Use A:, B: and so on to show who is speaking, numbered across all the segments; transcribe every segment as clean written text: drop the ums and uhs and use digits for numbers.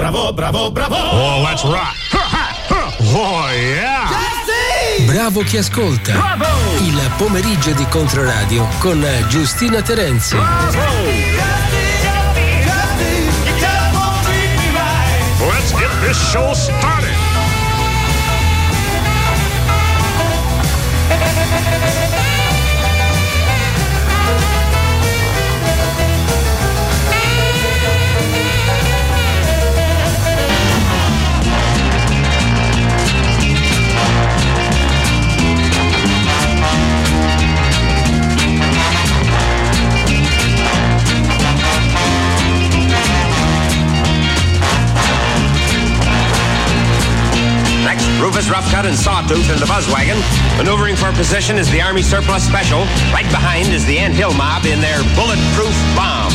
A: bravo, bravo, bravo.
B: Oh, let's rock. Oh, yeah.
C: Bravo chi ascolta.
A: Bravo.
C: Il pomeriggio di Controradio con Giustina Terenzi.
B: Let's get this show started.
D: Rufus Roughcut and Sawtooth in the Buzzwagon. Maneuvering for position is the Army Surplus Special. Right behind is the Ant Hill Mob in their bulletproof bomb.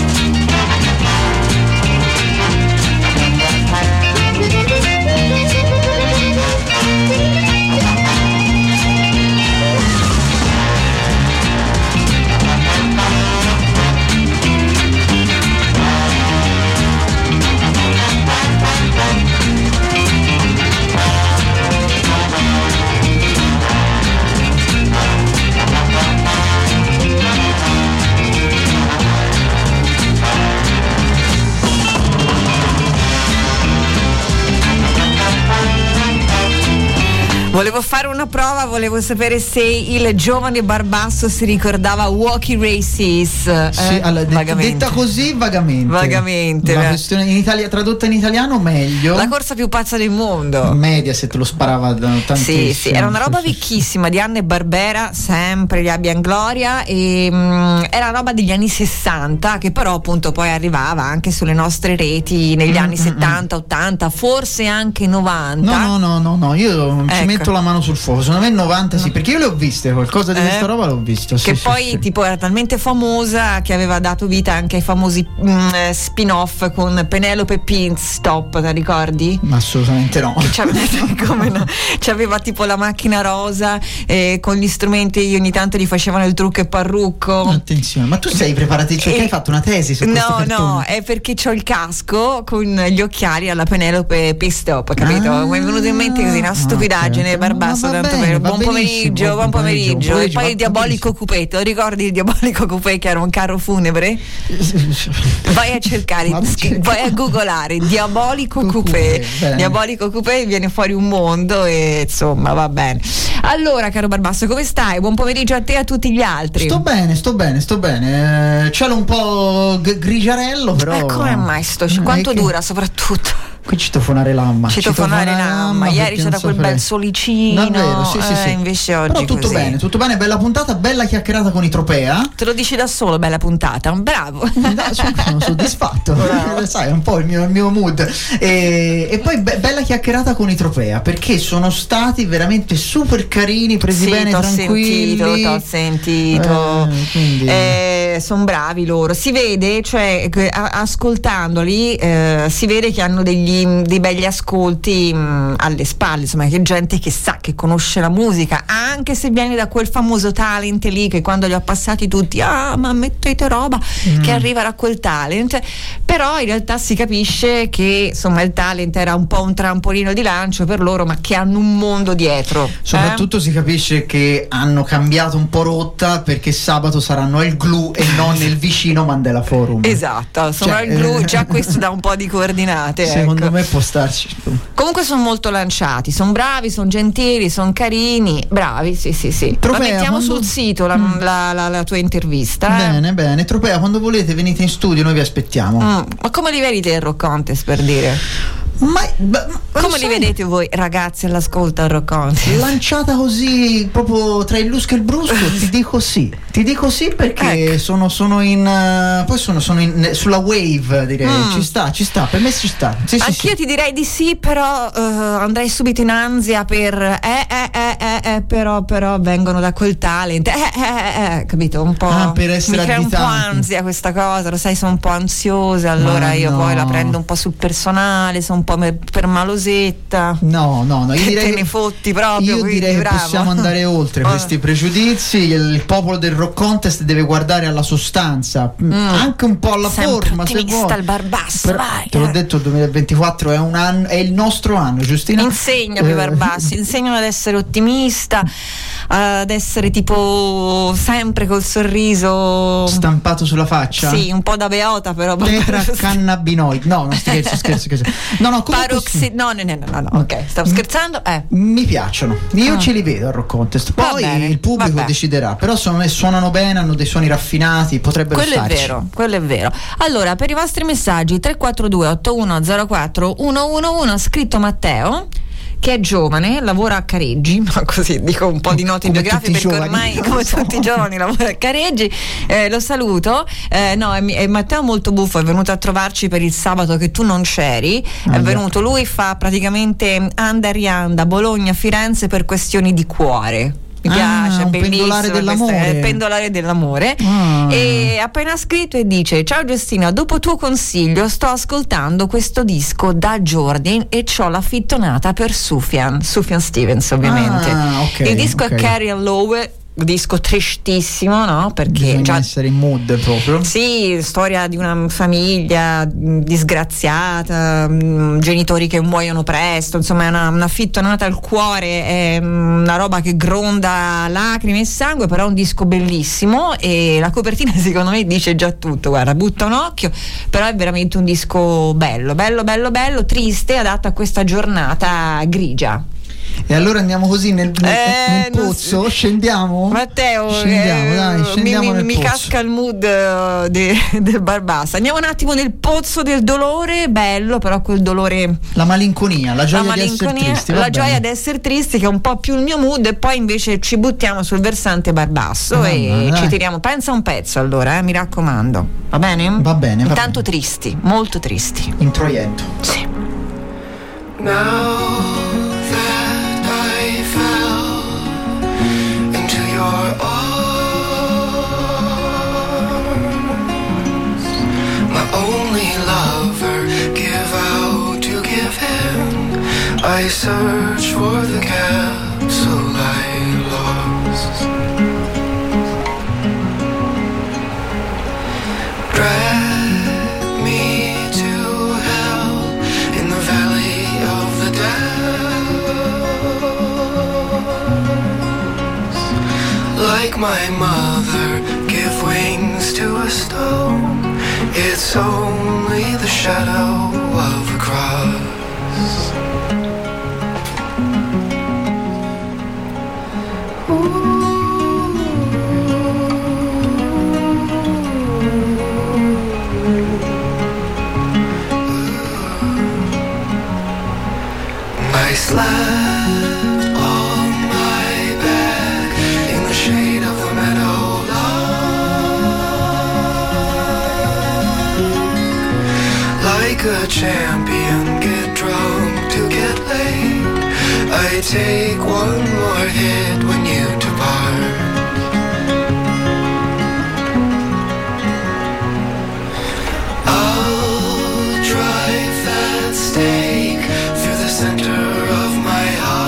E: Volevo fare una prova, volevo sapere se il giovane Barbasso si ricordava Walkie Races.
F: Sì, allora, detta così vagamente. La questione in Italia, tradotta in italiano meglio.
E: La corsa più pazza del mondo.
F: Mediaset lo sparava tantissimo.
E: Sì, era una roba vecchissima di Hanna-Barbera, sempre gli abbia in gloria, e era una roba degli anni 60 che però appunto poi arrivava anche sulle nostre reti negli anni 70, 80, forse anche 90.
F: No, io ci metto la mano sul fuoco. Secondo me 90 sì, perché io le ho viste, qualcosa di questa roba l'ho visto.
E: Che
F: sì,
E: poi
F: sì.
E: tipo era talmente famosa che aveva dato vita anche ai famosi spin-off con Penelope Pinstop, ti ricordi?
F: Ma assolutamente no.
E: Come no? C'aveva tipo la macchina rosa con gli strumenti, ogni tanto gli facevano il trucco e parrucco.
F: Attenzione, ma tu sei preparati, cioè che hai fatto una tesi su questo cartone?
E: No, è perché c'ho il casco con gli occhiali alla Penelope Pinstop, capito? Mi è venuto in mente così una stupidaggine. Barbasso, tanto bene. Buon pomeriggio. E poi il Diabolico Coupé, te lo ricordi il Diabolico Coupé che era un carro funebre? Vai a cercare, vai a googolare Diabolico Coupé. Diabolico Coupé, viene fuori un mondo e insomma va bene. Allora, caro Barbasso, come stai? Buon pomeriggio a te e a tutti gli altri.
F: Sto bene. Cielo un po' grigiarello, però.
E: Come mai quanto dura soprattutto?
F: Qui citofonare l'amma.
E: Ieri c'era quel bel solicino.
F: Davvero, sì.
E: Invece oggi
F: però tutto
E: così.
F: Tutto bene, bella puntata, bella chiacchierata con i Tropea.
E: Te lo dici da solo, bella puntata, bravo.
F: Sono soddisfatto. Sai, è un po' il mio mood. E poi bella chiacchierata con i Tropea, perché sono stati veramente super carini, presi bene, tranquilli.
E: T'ho sentito. Sono bravi loro. Si vede, cioè ascoltandoli, si vede che hanno dei begli ascolti alle spalle, insomma, che gente che sa, che conosce la musica, anche se viene da quel famoso talent lì che quando li ho passati tutti ma mettete roba, che arriva da quel talent, però in realtà si capisce che insomma il talent era un po' un trampolino di lancio per loro, ma che hanno un mondo dietro.
F: Soprattutto si capisce che hanno cambiato un po' rotta, perché sabato saranno al Glu e non nel vicino Mandela Forum.
E: Esatto, sono al Glu, già questo dà un po' di coordinate.
F: Secondo me può starci.
E: Comunque sono molto lanciati, sono bravi, sono gentili, sono carini, bravi, sì.
F: Tropea,
E: la mettiamo sul sito la tua intervista.
F: Bene. Tropea, quando volete venite in studio, noi vi aspettiamo.
E: Ma come li vedi il Rock Contest, per dire? Come li vedete voi ragazzi all'ascolto al Rock Contest?
F: Lanciata così proprio tra il lusco e il brusco, ti dico sì perché sono in poi sono sulla wave, direi. Ci sta, per me ci sta.
E: Anch'io ti direi di sì, però andrei subito in ansia per però vengono da quel talent, capito? Un po'
F: per essere
E: mi crea un po'
F: additanti.
E: ansia questa cosa, lo sai, sono un po' ansiosa, allora io poi la prendo un po' sul personale, sono un po' po' per malosetta.
F: No, io direi
E: te ne fotti proprio.
F: Io direi che possiamo andare oltre questi pregiudizi. Il popolo del Rock Contest deve guardare alla sostanza, anche un po' alla forma, se vuoi.
E: Il Barbasso, vai.
F: Te l'ho detto, il 2024 è un anno, è il nostro anno, Giustina.
E: Insegnami Barbassi, insegnami ad essere ottimista, ad essere tipo sempre col sorriso
F: stampato sulla faccia.
E: Sì, un po' da beota però.
F: Tetracannabinoidi. No, non scherzo. No,
E: ok, stavo scherzando.
F: Mi piacciono. Io ce li vedo al Rock Contest. Poi il pubblico deciderà. Però suonano bene, hanno dei suoni raffinati, potrebbero starci.
E: Quello è vero. Allora, per i vostri messaggi 342 8104 111, scritto Matteo, che è giovane, lavora a Careggi, ma così dico un po' di note biografiche perché ormai come tutti i giovani lavora a Careggi. Lo saluto. È Matteo molto buffo, è venuto a trovarci per il sabato che tu non c'eri. È venuto, lui fa praticamente anda e rianda Bologna, Firenze per questioni di cuore. Mi piace, è bellissimo,
F: il
E: pendolare dell'amore. E appena scritto e dice: ciao Giustina, dopo tuo consiglio sto ascoltando questo disco da Jordan e c'ho la fittonata per Sufjan Stevens, ovviamente. Il disco è Carrie Lowe, disco tristissimo, no? Perché
F: bisogna essere in mood proprio.
E: Sì, storia di una famiglia disgraziata, genitori che muoiono presto, insomma è una fittonata al cuore, è una roba che gronda lacrime e sangue, però è un disco bellissimo e la copertina secondo me dice già tutto. Guarda, butta un occhio, però è veramente un disco bello, triste, adatto a questa giornata grigia.
F: E allora andiamo così nel pozzo, scendiamo?
E: Matteo,
F: scendiamo nel
E: mi
F: pozzo.
E: casca il mood del Barbassa. Andiamo un attimo nel pozzo del dolore, bello, però quel dolore,
F: la malinconia, la gioia di essere tristi,
E: gioia di essere tristi, che è un po' più il mio mood, e poi invece ci buttiamo sul versante Barbasso ci tiriamo. Pensa un pezzo allora, mi raccomando. Va bene?
F: Va bene.
E: Intanto tristi, molto tristi.
F: Introietto.
E: Sì.
A: Now that I fell into your arms, my only lover, give out to give in. I search for the capsule I lost. Drag me to hell in the valley of the depths. Like my mother, give wings to a stone. It's only the shadow of a cross. I slept on my back in the shade of the meadowlark. Like a champion, get drunk to get laid. I take one more hit when you depart. I'll drive that stake through the center of my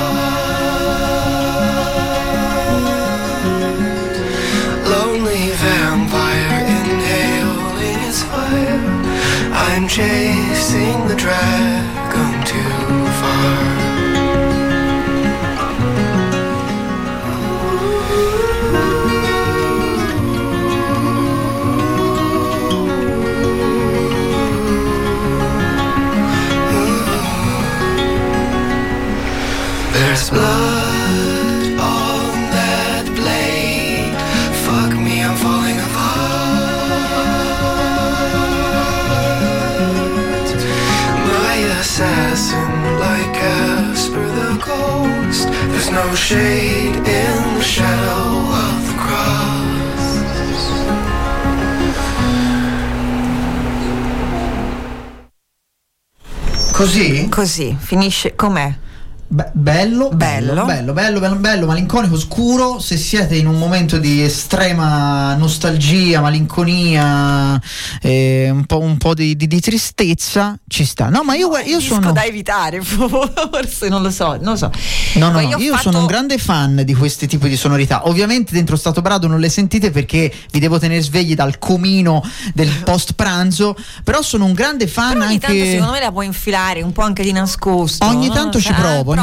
A: heart. Lonely vampire inhaling its fire. I'm chasing the dragon too far. There's blood on that blade. Fuck me, I'm falling apart. My assassin, like Casper the Ghost. There's no shade in the shadow of the cross.
F: Così?
E: Così, finisce com'è?
F: bello, malinconico, scuro. Se siete in un momento di estrema nostalgia, malinconia, un po' di tristezza, ci sta. No, ma io sono
E: da evitare, forse non lo so.
F: No, io sono un grande fan di questi tipi di sonorità. Ovviamente dentro Stato Brado non le sentite perché vi devo tenere svegli dal comino del post pranzo, però sono un grande fan.
E: Però ogni
F: anche
E: tanto secondo me la puoi infilare un po' anche di nascosto.
F: Ogni tanto ci provo,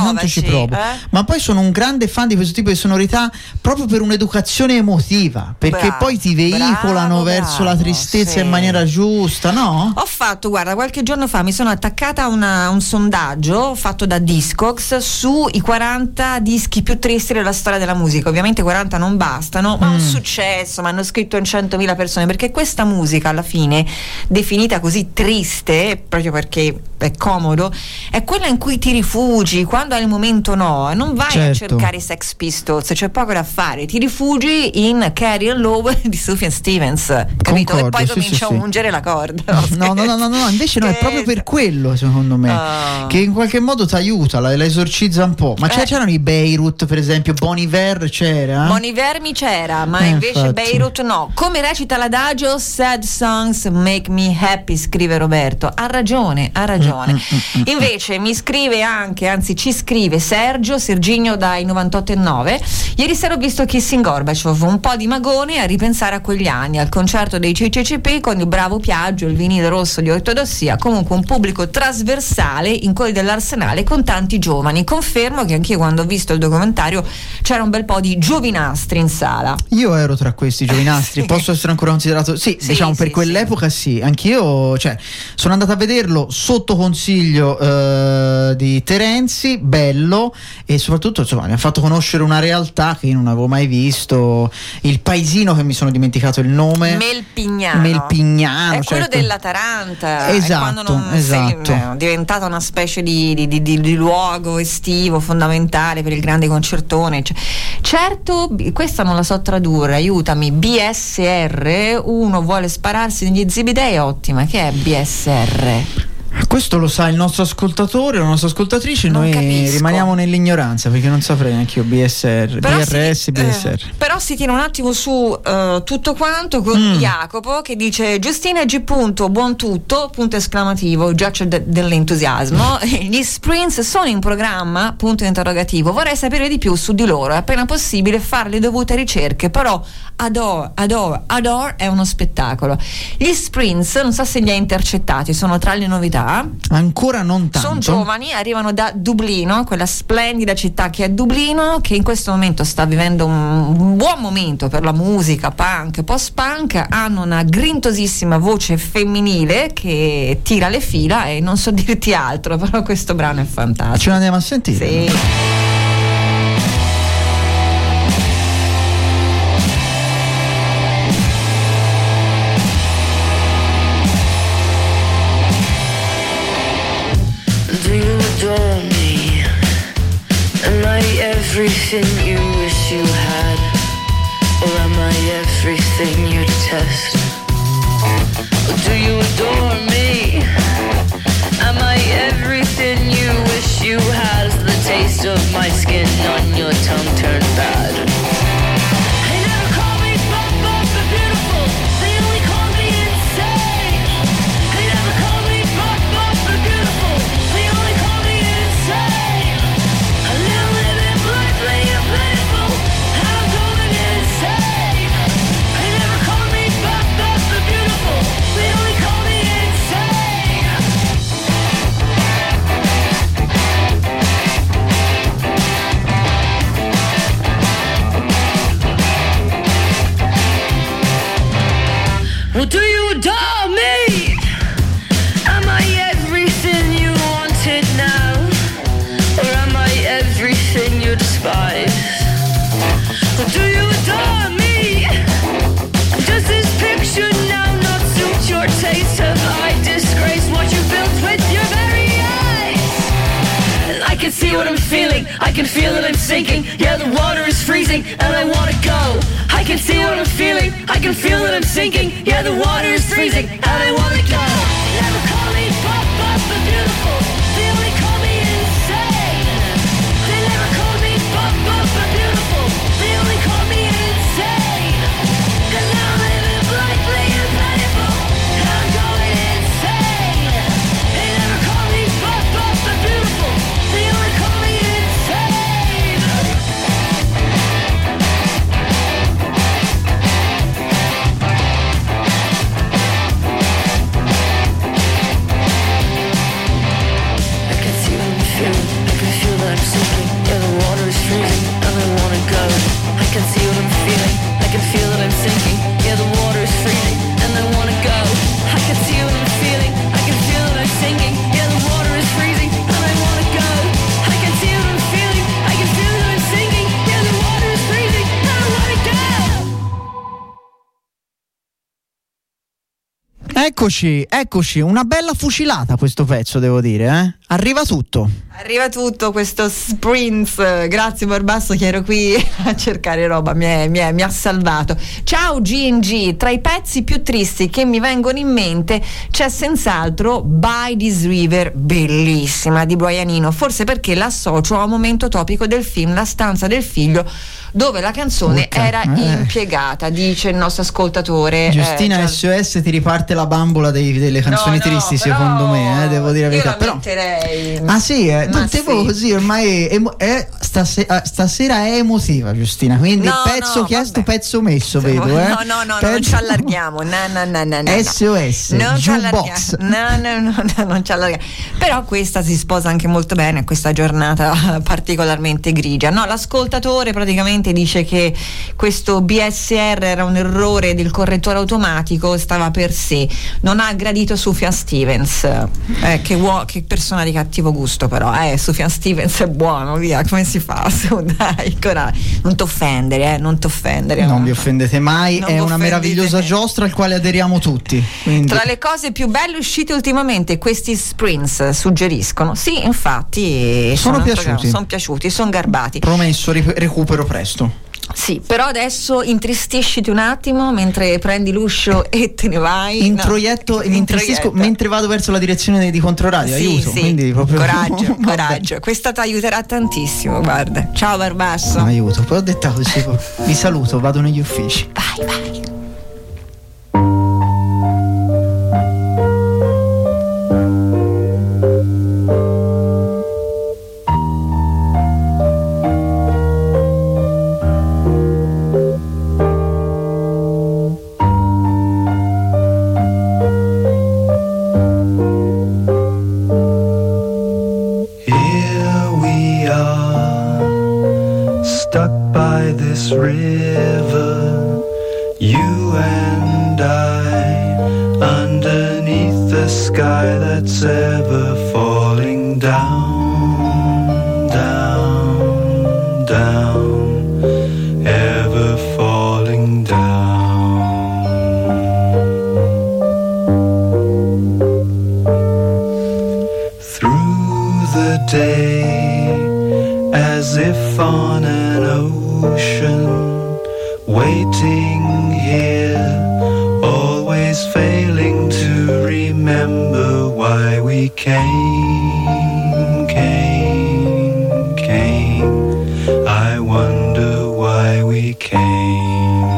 F: ma poi sono un grande fan di questo tipo di sonorità proprio per un'educazione emotiva, perché poi ti veicolano verso la tristezza in maniera giusta, no?
E: Ho fatto, guarda, qualche giorno fa mi sono attaccata a un sondaggio fatto da Discogs sui 40 dischi più tristi della storia della musica. Ovviamente 40 non bastano, ma un successo, ma hanno scritto in 100.000 persone, perché questa musica alla fine, definita così triste, proprio perché è comodo, è quella in cui ti rifugi quando hai il momento non vai a cercare i Sex Pistols, c'è poco da fare, ti rifugi in Carry On Low di Sufjan Stevens, capito?
F: Concordo,
E: e poi comincia a ungere la corda.
F: No, invece no, è proprio per quello, secondo me, che in qualche modo ti aiuta, la esorcizza un po'. Ma c'erano i Beirut, per esempio, Bon Iver c'era?
E: Bon Iver mi c'era, ma invece infatti. Beirut no. Come recita l'adagio, sad songs make me happy, scrive Roberto. Ha ragione. Invece mi scrive anche, anzi ci scrive Serginio dai 98,9. Ieri sera ho visto Kissing Gorbaciov, un po' di magone a ripensare a quegli anni, al concerto dei CCCP con il bravo Piaggio, il vinile rosso di Ortodossia, comunque un pubblico trasversale in quelli dell'Arsenale con tanti giovani. Confermo che anch'io quando ho visto il documentario c'era un bel po' di giovinastri in sala. Io ero tra questi giovinastri, posso essere ancora considerato? Sì, diciamo per quell'epoca sì. Anch'io, sono andato a vederlo sotto consiglio di Terenzi, bello, e soprattutto mi ha fatto conoscere una realtà che io non avevo mai visto, il paesino che mi sono dimenticato il nome, Melpignano, è quello dell'Ataranta, esatto. È diventata una specie di luogo estivo fondamentale per il grande concertone. Certo, questa non la so tradurre, aiutami. BSR, uno vuole spararsi negli Zibidei, è ottima. Che è BSR?
F: Questo lo sa il nostro ascoltatore o la nostra ascoltatrice, noi rimaniamo nell'ignoranza perché non saprei neanche io BSR, BSR. Però si tiene un attimo su tutto quanto con Jacopo che dice: Giustina G. buon tutto, punto esclamativo, giace dell'entusiasmo. Gli sprints sono in programma, punto interrogativo. Vorrei sapere di più su di loro, è appena possibile fare le dovute ricerche, però Adore è uno spettacolo. Gli sprints, non so se li hai intercettati, sono tra le novità. Ancora non tanto. Sono giovani, arrivano da Dublino, quella splendida città che è Dublino, che in questo momento sta vivendo un buon momento per la musica punk, post-punk. Hanno una grintosissima voce femminile che tira le fila e non so dirti altro, però questo brano è fantastico. Ce l'andiamo a sentire? Sì.
G: Everything you wish you had, or am I everything you detest? Or do you adore me? Am I everything you wish you had? Is the taste of my skin on your tongue turned bad? Well, do you adore me? Am I everything you wanted now? Or am I everything you despise? Well, do you adore me? Does this picture now not suit your taste? Have I disgraced what you built with your very eyes? And I can see what I'm feeling, I can feel that I'm sinking. Yeah, the water is freezing and I wanna go. I can see what I'm feeling, I can feel that I'm sinking. Yeah, the water is freezing and I wanna go. Never call me pop, but beautiful. They only call me insane.
F: Eccoci, una bella fucilata questo pezzo, devo dire, eh? Arriva tutto questo Sprints. Grazie Barbasso che ero qui a cercare roba, mi ha salvato. Ciao G&G, tra i pezzi più tristi che mi vengono in mente c'è senz'altro By This River, bellissima, di Brian Eno, forse perché l'associo a un momento topico del film La stanza del figlio, dove la canzone era impiegata, dice il nostro ascoltatore. Giustina SOS ti riparte la bambola delle canzoni tristi, però, secondo me, devo dire la verità.
E: Però metterei.
F: Ah sì, tutte così ormai stasera è emotiva, Giustina, quindi pezzo chiesto, pezzo messo, vedo.
E: No, non ci allarghiamo. No.
F: SOS,
E: non
F: Jukebox.
E: No, non ci allarghiamo. Però questa si sposa anche molto bene a questa giornata particolarmente grigia. No, l'ascoltatore praticamente dice che questo BSR era un errore del correttore automatico, stava per sé. Non ha gradito Sufjan Stevens. Che persona di cattivo gusto, però. Sufjan Stevens è buono, via, come si fa? Dai, non t'offendere.
F: Non vi offendete mai, è una meravigliosa giostra al quale aderiamo tutti. Quindi.
E: Tra le cose più belle uscite ultimamente, questi Sprints suggeriscono. Sì, infatti sono piaciuti, sono garbati.
F: Promesso, recupero presto.
E: Sì, però adesso intristisciti un attimo mentre prendi l'uscio e te ne vai.
F: Mi intristisco mentre vado verso la direzione di Controradio. Aiuto,
E: sì.
F: Quindi proprio
E: coraggio. Questa ti aiuterà tantissimo, guarda. Ciao Barbasso.
F: Aiuto, poi ho detto così. Vi saluto, vado negli uffici.
E: Vai.
A: River, you and I, underneath the sky that's ever falling down, down, down, ever falling down. Through the day, as if on an ocean, waiting here, always failing to remember why we came. I wonder why we came.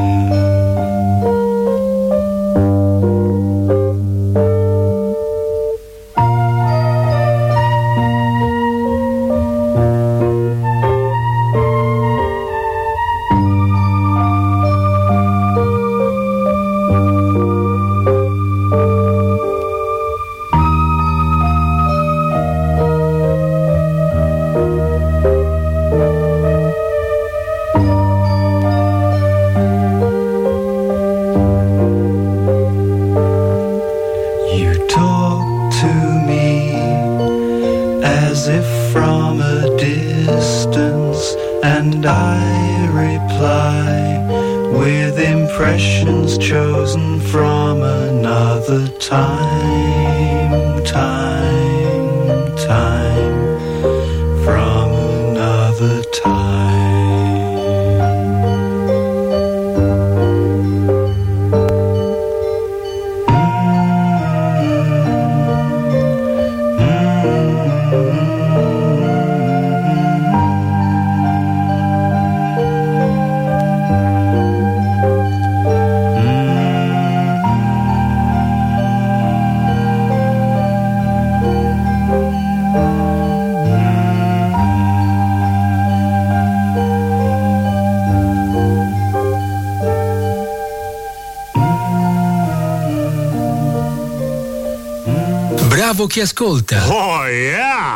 C: Bravo chi ascolta.
B: Oh yeah!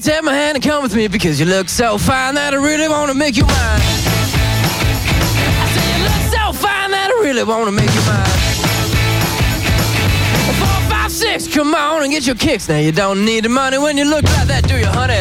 H: take my hand and come with me, because you look so fine that I really wanna make you mine. I say you look so fine that I really wanna make you mine. 4, 5, 6, come on and get your kicks. Now you don't need the money when you look like that, do you, honey?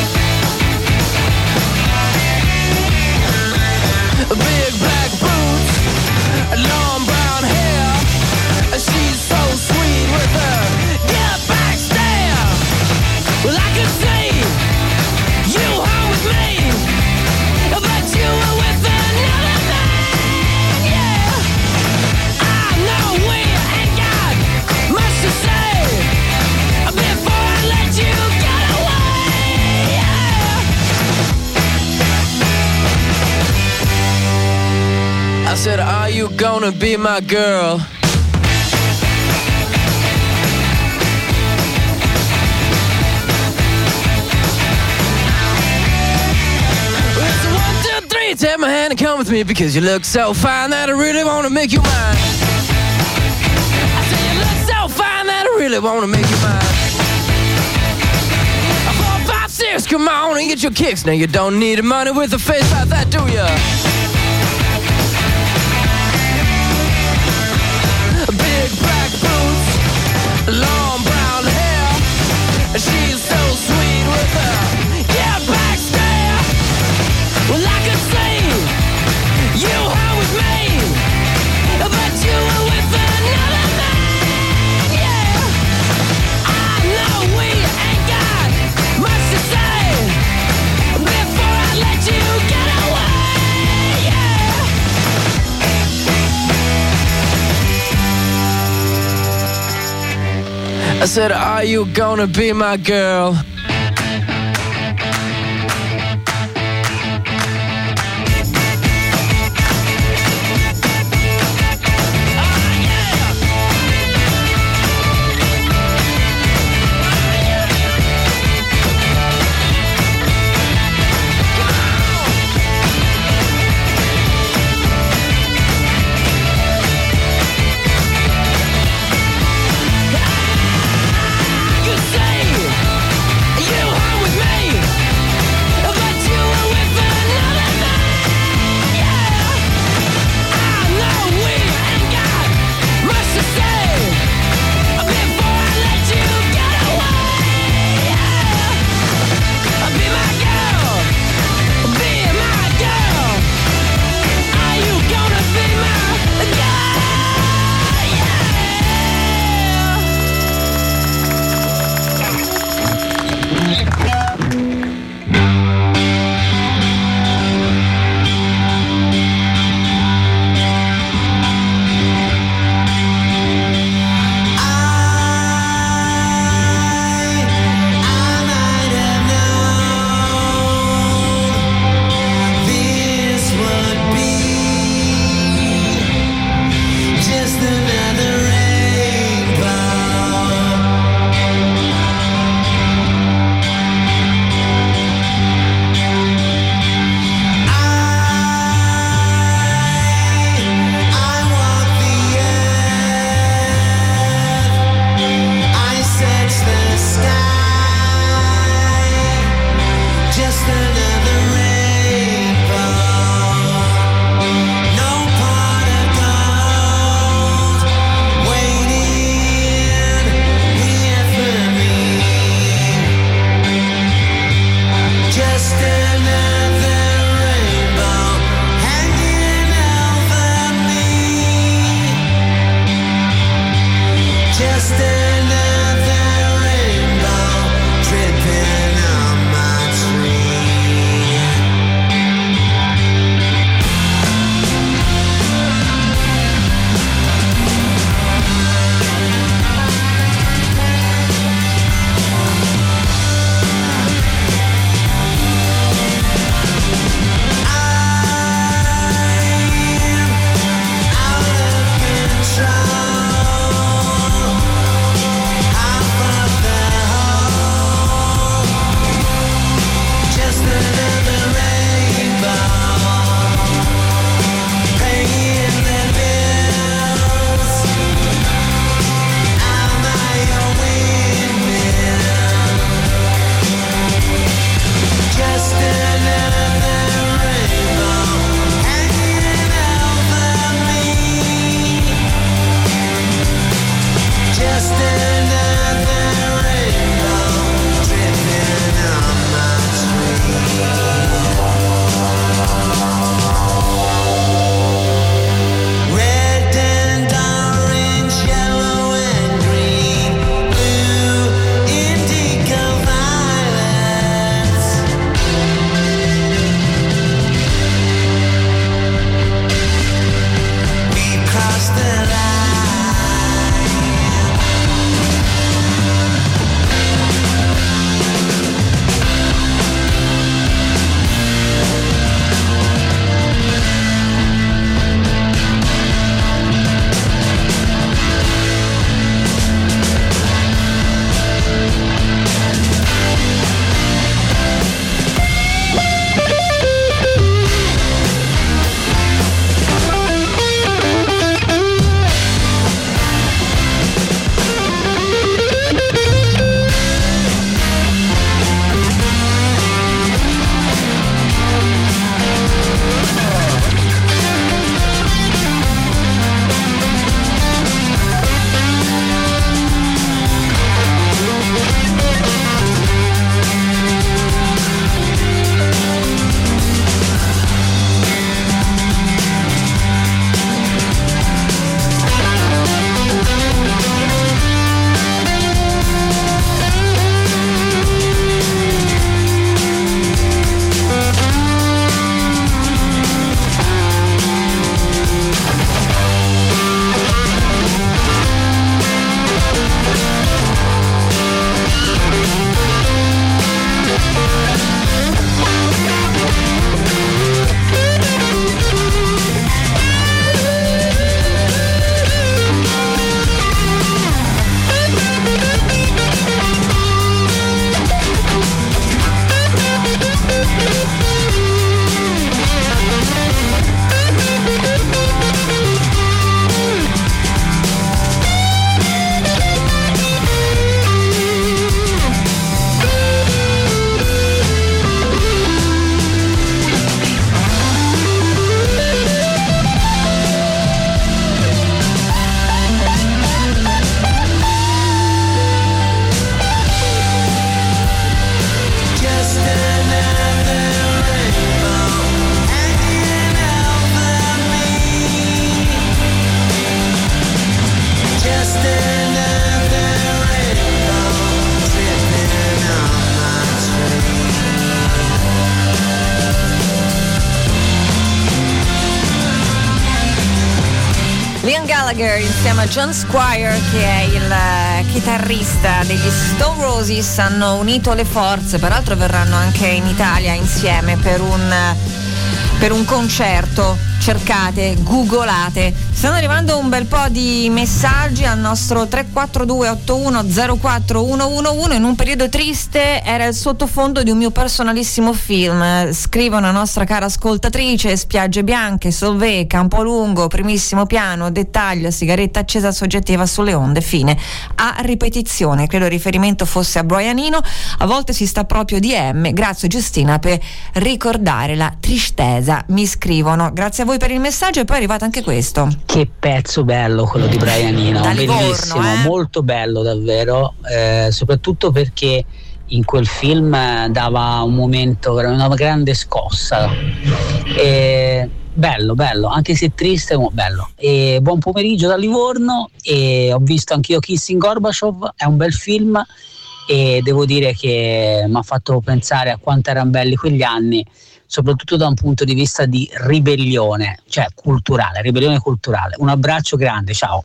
H: Big black boots, long brown hair. She's so sweet with her get back stare. Well, I could see you home with me, but you were with another man, yeah. I know we ain't got much to say before I let you get away, yeah. I said, are you gonna be my girl? Take my hand and come with me, because you look so fine that I really wanna make you mine. I say you look so fine that I really wanna make you mine. 4, 5, 6, come on and get your kicks. Now you don't need the money with a face like that, do ya? Big black boots, long brown hair. She's so sweet with her get back stare. Well, I could see you home with me, but you were with another man, yeah. I know we ain't got much to say before I let you get away, yeah. I said, are you gonna be my girl?
E: Gallagher insieme a John Squire, che è il chitarrista degli Stone Roses. Hanno unito le forze, peraltro verranno anche in Italia insieme per un concerto. Cercate, googolate. Stanno arrivando un bel po' di messaggi al nostro 342 81 04 111. In un periodo triste era il sottofondo di un mio personalissimo film. Scrive una nostra cara ascoltatrice: spiagge bianche, Solvay, Campolungo, primissimo piano, dettaglio, sigaretta accesa soggettiva sulle onde, fine. A ripetizione, credo il riferimento fosse a Brianino. A volte si sta proprio di M. Grazie Giustina per ricordare la tristezza, mi scrivono. Grazie a voi per il messaggio. E poi è arrivato anche questo.
I: Che pezzo bello quello di Brianino, bellissimo, molto bello davvero, soprattutto perché in quel film dava un momento, una grande scossa, bello, anche se triste, ma bello. E buon pomeriggio da Livorno, e ho visto anch'io Kissing Gorbachev, è un bel film e devo dire che mi ha fatto pensare a quanto erano belli quegli anni, soprattutto da un punto di vista di ribellione, cioè ribellione culturale. Un abbraccio grande, ciao.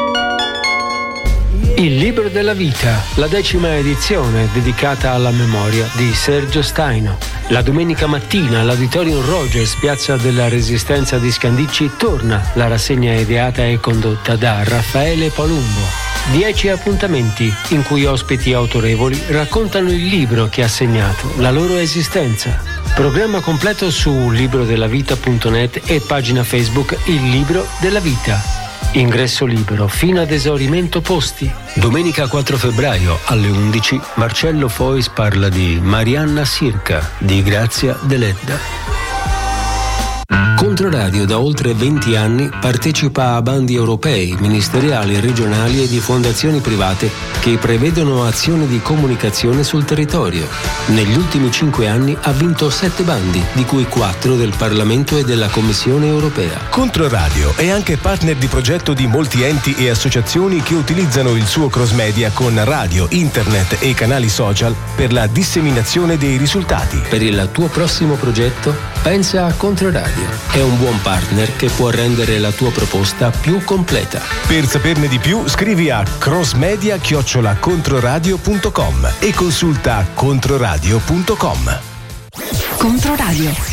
C: Il libro della vita, la 10ª edizione dedicata alla memoria di Sergio Staino. La domenica mattina all'Auditorium Rogers, Piazza della Resistenza di Scandicci, torna la rassegna ideata e condotta da Raffaele Palumbo. 10 appuntamenti in cui ospiti autorevoli raccontano il libro che ha segnato la loro esistenza. Programma completo su librodellavita.net e pagina Facebook Il Libro della Vita. Ingresso libero fino ad esaurimento posti. Domenica 4 febbraio alle 11 Marcello Fois parla di Marianna Sirca di Grazia Deledda. Controradio da oltre 20 anni partecipa a bandi europei, ministeriali, regionali e di fondazioni private che prevedono azioni di comunicazione sul territorio. Negli ultimi 5 anni ha vinto 7 bandi, di cui 4 del Parlamento e della Commissione europea.
J: Controradio è anche partner di progetto di molti enti e associazioni che utilizzano il suo cross media con radio, internet e canali social per la disseminazione dei risultati.
C: Per il tuo prossimo progetto, pensa a Controradio. È un buon partner che può rendere la tua proposta più completa.
J: Per saperne di più, scrivi a crossmedia@controradio.com e consulta controradio.com.
E: Controradio.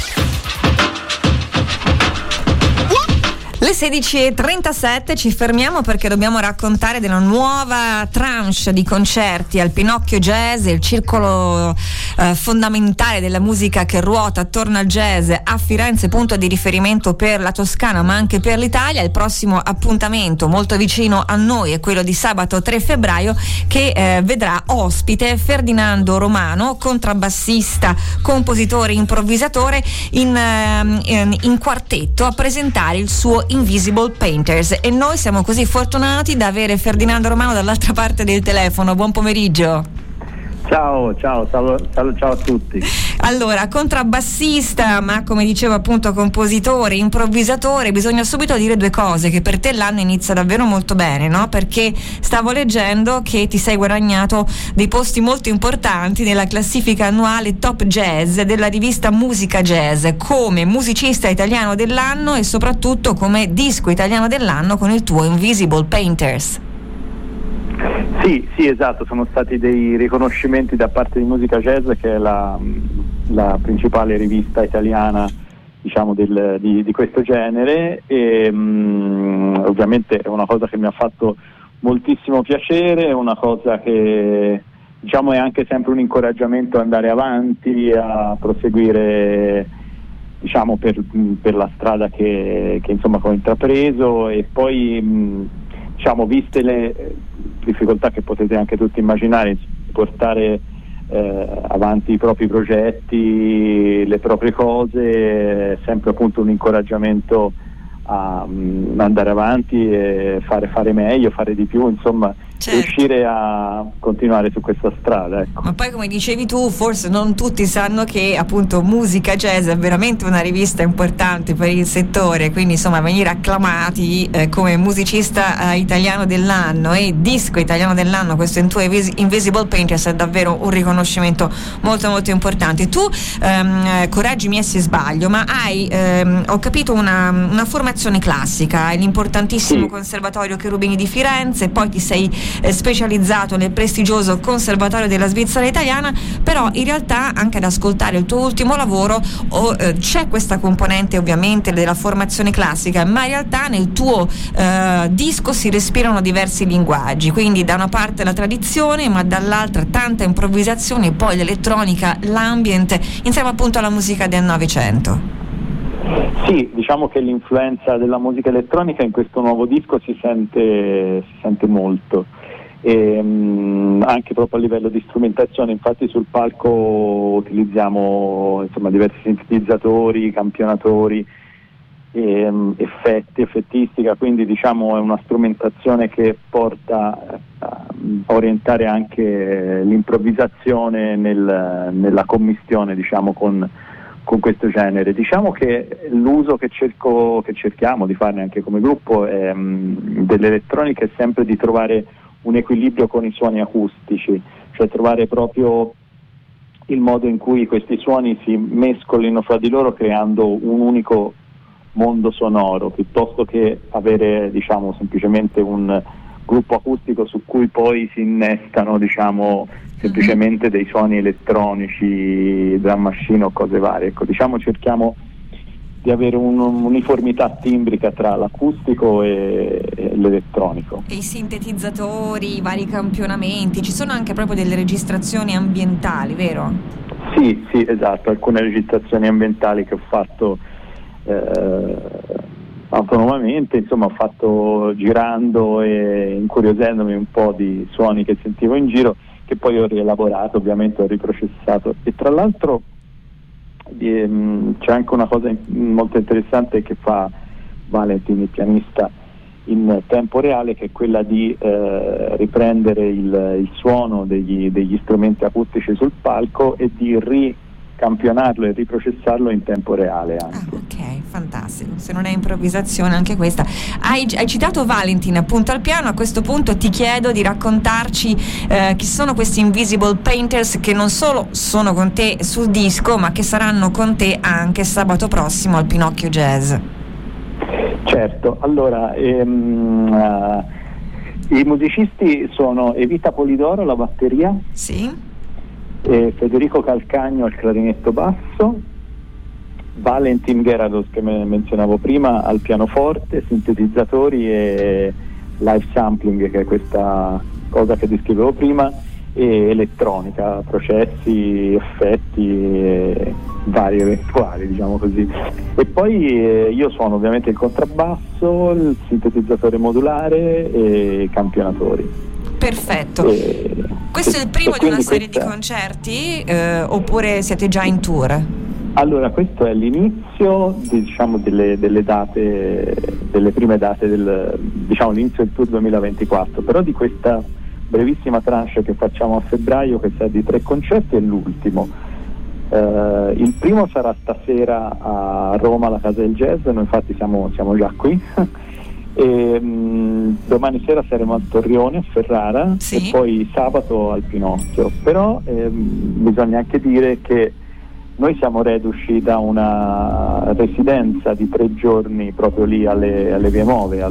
E: Le 16:37 ci fermiamo perché dobbiamo raccontare della nuova tranche di concerti al Pinocchio Jazz, il circolo fondamentale della musica che ruota attorno al jazz a Firenze, punto di riferimento per la Toscana ma anche per l'Italia. Il prossimo appuntamento molto vicino a noi è quello di sabato 3 febbraio che vedrà ospite Ferdinando Romano, contrabbassista, compositore, improvvisatore in quartetto, a presentare il suo Invisible Painters, e noi siamo così fortunati da avere Ferdinando Romano dall'altra parte del telefono. Buon pomeriggio.
K: Ciao a tutti.
E: Allora, contrabbassista, ma come dicevo appunto compositore, improvvisatore, bisogna subito dire due cose: che per te l'anno inizia davvero molto bene, no? Perché stavo leggendo che ti sei guadagnato dei posti molto importanti nella classifica annuale Top Jazz della rivista Musica Jazz, come musicista italiano dell'anno e soprattutto come disco italiano dell'anno con il tuo Invisible Painters.
K: Sì, esatto, sono stati dei riconoscimenti da parte di Musica Jazz, che è la principale rivista italiana, diciamo, di questo genere, e ovviamente è una cosa che mi ha fatto moltissimo piacere, è una cosa che, diciamo, è anche sempre un incoraggiamento ad andare avanti, a proseguire, diciamo, per la strada che insomma ho intrapreso. E poi diciamo, viste le difficoltà che potete anche tutti immaginare, portare avanti i propri progetti, le proprie cose, è sempre appunto un incoraggiamento a andare avanti e fare meglio, fare di più, insomma, riuscire a continuare su questa strada, ecco.
E: Ma poi, come dicevi tu, forse non tutti sanno che appunto Musica Jazz è veramente una rivista importante per il settore, quindi insomma venire acclamati come musicista italiano dell'anno e disco italiano dell'anno, questo Invisible Painters, è davvero un riconoscimento molto molto importante. Tu correggimi se sbaglio, ma hai ho capito una formazione classica, hai l'importantissimo Conservatorio Cherubini di Firenze, poi ti sei specializzato nel prestigioso Conservatorio della Svizzera Italiana, però in realtà anche ad ascoltare il tuo ultimo lavoro c'è questa componente ovviamente della formazione classica, ma in realtà nel tuo disco si respirano diversi linguaggi, quindi da una parte la tradizione, ma dall'altra tanta improvvisazione e poi l'elettronica, l'ambient, insieme appunto alla musica del Novecento.
K: Sì, diciamo che l'influenza della musica elettronica in questo nuovo disco si sente molto, e anche proprio a livello di strumentazione. Infatti sul palco utilizziamo diversi sintetizzatori, campionatori, effettistica, quindi diciamo è una strumentazione che porta a orientare anche l'improvvisazione nella commistione, diciamo, con questo genere. Diciamo che l'uso che cerchiamo di farne anche come gruppo dell'elettronica è sempre di trovare un equilibrio con i suoni acustici, cioè trovare proprio il modo in cui questi suoni si mescolino fra di loro creando un unico mondo sonoro, piuttosto che avere, diciamo, semplicemente un gruppo acustico su cui poi si innestano, diciamo, semplicemente dei suoni elettronici, drum machine o cose varie. Ecco, diciamo, cerchiamo di avere un'uniformità timbrica tra l'acustico e l'elettronico.
E: E i sintetizzatori, i vari campionamenti, ci sono anche proprio delle registrazioni ambientali, vero?
K: Sì, esatto, alcune registrazioni ambientali che ho fatto autonomamente, insomma, ho fatto girando e incuriosendomi un po' di suoni che sentivo in giro, che poi ho rielaborato, ovviamente ho riprocessato. E tra l'altro c'è anche una cosa molto interessante che fa Valentin, il pianista, in tempo reale, che è quella di riprendere il suono degli strumenti acustici sul palco e di ricampionarlo e riprocessarlo in tempo reale anche.
E: Ok, fantastico, se non è improvvisazione anche questa. Hai citato Valentin appunto al piano, a questo punto ti chiedo di raccontarci chi sono questi Invisible Painters, che non solo sono con te sul disco, ma che saranno con te anche sabato prossimo al Pinocchio Jazz.
K: Certo, allora i musicisti sono Evita Polidoro alla batteria, Federico Calcagno al clarinetto basso, Valentin Gerados, che menzionavo prima, al pianoforte, sintetizzatori e live sampling, che è questa cosa che descrivevo prima, e elettronica, processi, effetti vari eventuali, diciamo così. E poi io suono ovviamente il contrabbasso, il sintetizzatore modulare e i campionatori.
E: Perfetto. Questo è il primo di una serie di concerti oppure siete già in tour?
K: Allora, questo è l'inizio, diciamo, delle date, delle prime date l'inizio del tour 2024, però di questa brevissima tranche che facciamo a febbraio, che sarà di 3 concerti, è l'ultimo. Il primo sarà stasera a Roma, alla Casa del Jazz, noi infatti siamo già qui. E domani sera saremo a Torrione, a Ferrara, e poi sabato al Pinocchio. Però bisogna anche dire che noi siamo reduci da una residenza di 3 giorni proprio lì alle Vie Nuove,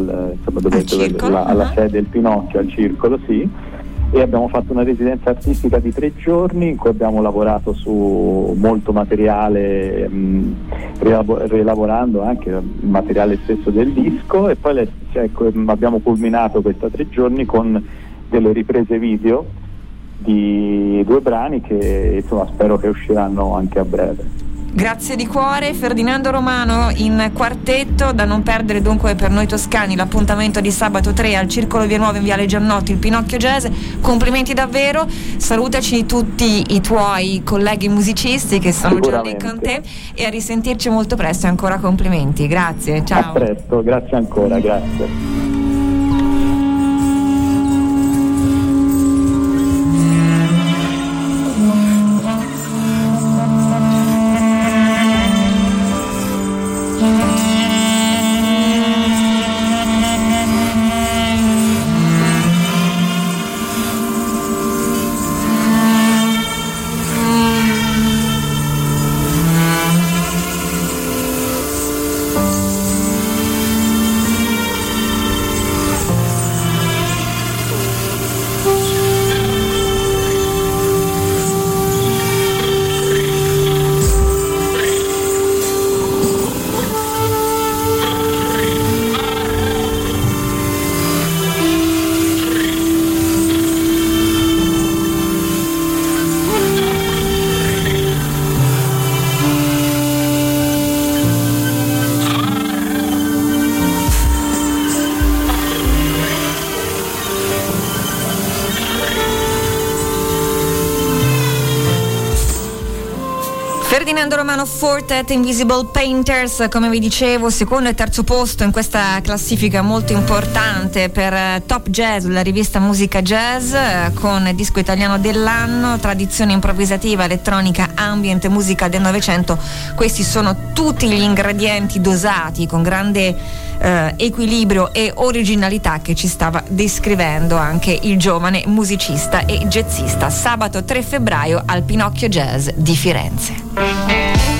K: alla sede del Pinocchio, al Circolo, e abbiamo fatto una residenza artistica di 3 giorni in cui abbiamo lavorato su molto materiale, rielaborando anche il materiale stesso del disco, e poi abbiamo culminato questi 3 giorni con delle riprese video di 2 brani che, insomma, spero che usciranno anche a breve.
E: Grazie di cuore. Ferdinando Romano in quartetto, da non perdere dunque per noi toscani l'appuntamento di sabato 3 al Circolo Vie Nuove in Viale Giannotti, il Pinocchio Jazz. Complimenti davvero, salutaci tutti i tuoi colleghi musicisti che sono già lì con te, e a risentirci molto presto, e ancora complimenti. Grazie, ciao.
K: A presto, grazie ancora, grazie.
E: Ferdinando Romano Fortet, Invisible Painters, come vi dicevo, secondo e terzo posto in questa classifica molto importante per Top Jazz, la rivista Musica Jazz, con disco italiano dell'anno, tradizione improvvisativa, elettronica, ambient, musica del Novecento. Questi sono tutti gli ingredienti dosati con grande equilibrio e originalità che ci stava descrivendo anche il giovane musicista e jazzista. Sabato 3 febbraio al Pinocchio Jazz di Firenze.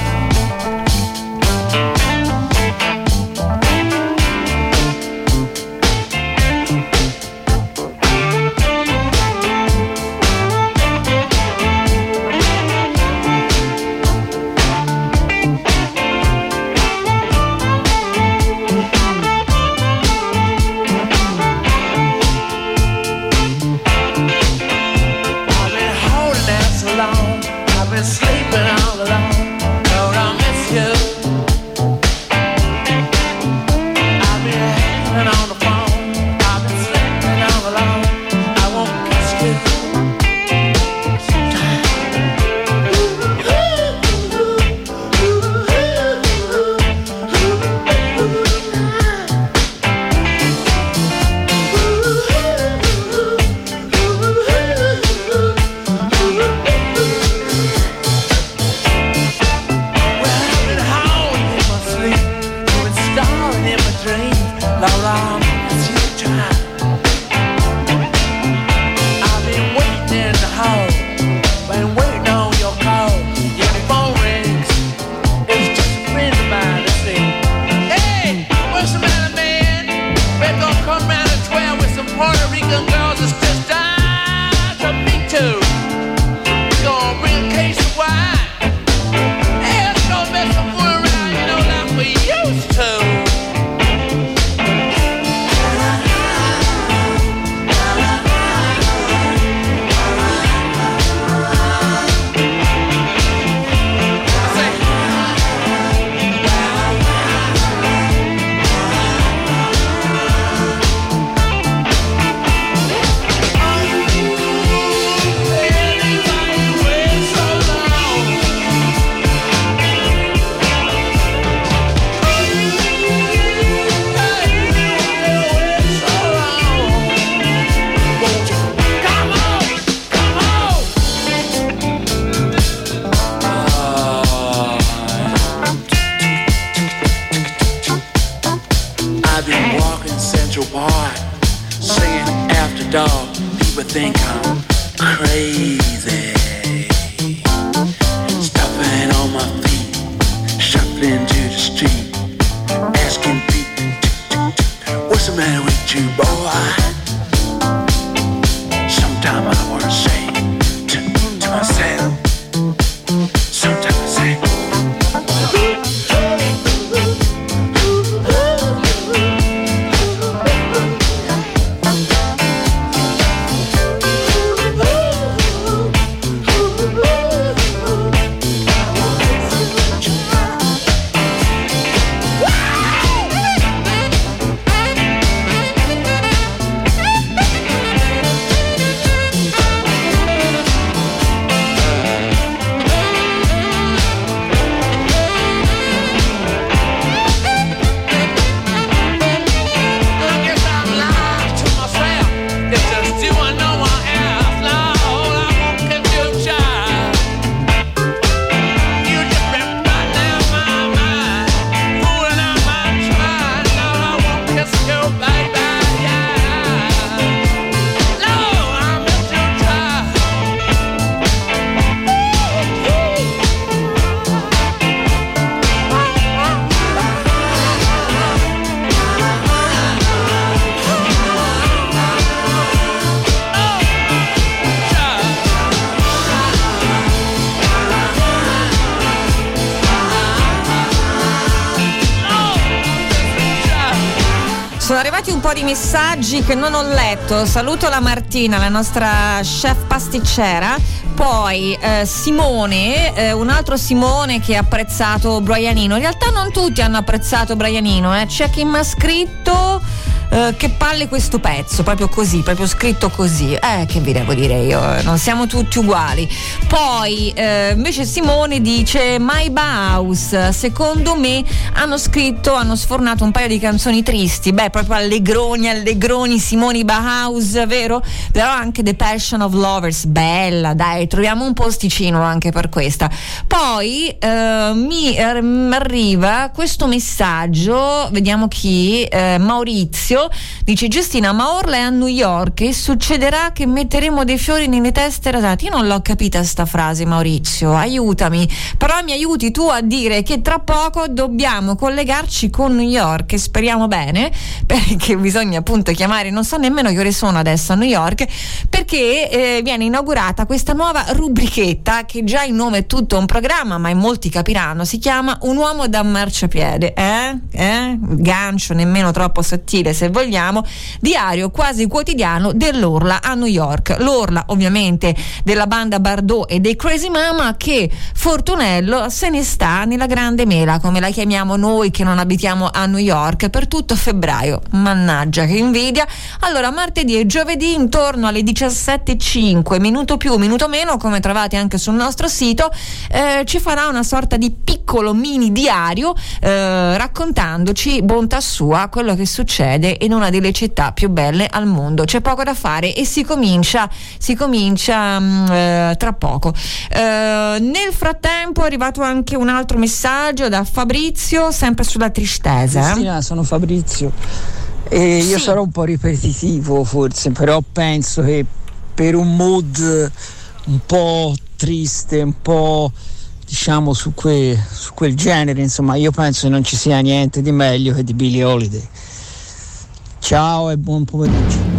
E: Un po' di messaggi che non ho letto. Saluto la Martina, la nostra chef pasticcera. Poi Simone, un altro Simone che ha apprezzato Brianino. In realtà non tutti hanno apprezzato Brianino, c'è chi mi ha scritto che palle questo pezzo, proprio così, proprio scritto così. Che vi devo dire io, non siamo tutti uguali. Poi invece Simone dice My Bauhaus, secondo me hanno sfornato un paio di canzoni tristi, proprio allegroni Simoni Bauhaus, vero? Però anche The Passion of Lovers, bella, dai, troviamo un posticino anche per questa. Poi mi arriva questo messaggio, vediamo chi, Maurizio dice: Giustina, ma Orla è a New York e succederà che metteremo dei fiori nelle teste rasate. Io non l'ho capita sta frase, Maurizio, aiutami, però mi aiuti tu a dire che tra poco dobbiamo collegarci con New York, e speriamo bene, perché bisogna appunto chiamare, non so nemmeno che ore sono adesso a New York, perché viene inaugurata questa nuova rubrichetta che già il nome è tutto un programma, ma in molti capiranno, si chiama Un uomo da marciapiede, gancio nemmeno troppo sottile se vogliamo, diario quasi quotidiano dell'Orla a New York. L'Orla ovviamente della banda Bardot e dei Crazy Mama, che Fortunello se ne sta nella grande mela, come la chiamiamo noi che non abitiamo a New York, per tutto febbraio. Mannaggia che invidia. Allora, martedì e giovedì intorno alle 17:05, minuto più minuto meno, come trovate anche sul nostro sito, ci farà una sorta di piccolo mini diario raccontandoci, bontà sua, quello che succede in una delle città più belle al mondo. C'è poco da fare e si comincia tra poco. Nel frattempo è arrivato anche un altro messaggio da Fabrizio, sempre sulla tristezza.
L: Cristina, sono Fabrizio e io sarò un po' ripetitivo forse, però penso che per un mood un po' triste, un po' diciamo su quel genere, insomma, io penso che non ci sia niente di meglio che di Billie Holiday. Ciao e buon pomeriggio.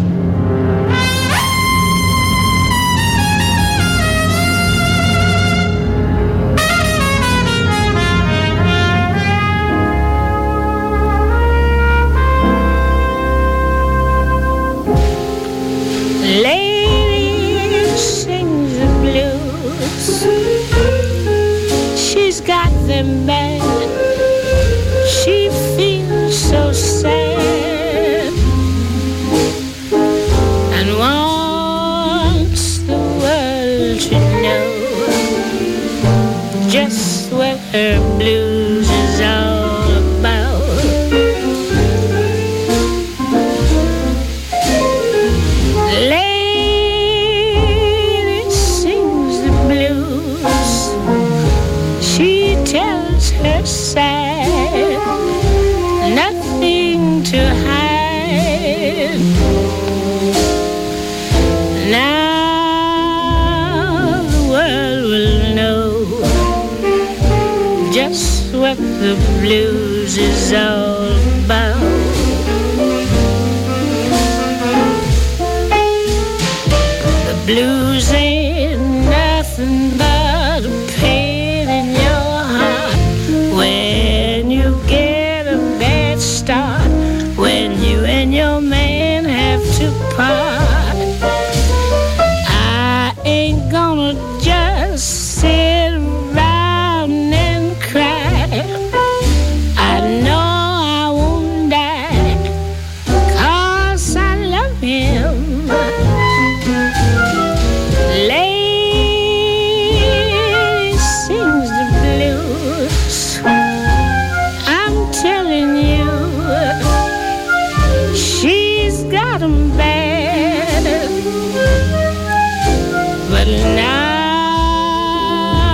M: Lady sings the blues. She's got them bad. She feels so sad and wants the world to know just what her blues is all about. Lady sings the blues. She tells her sad, nothing to hide. Now the world will know just what the blues is all about. The blues ain't nothing but a pain in your heart when you get a bad start, when you and your man have to part. I ain't gonna just sit around and cry. I know I won't die, 'cause I love him. Lady sings the blues. I'm telling you, she's got 'em bad. But now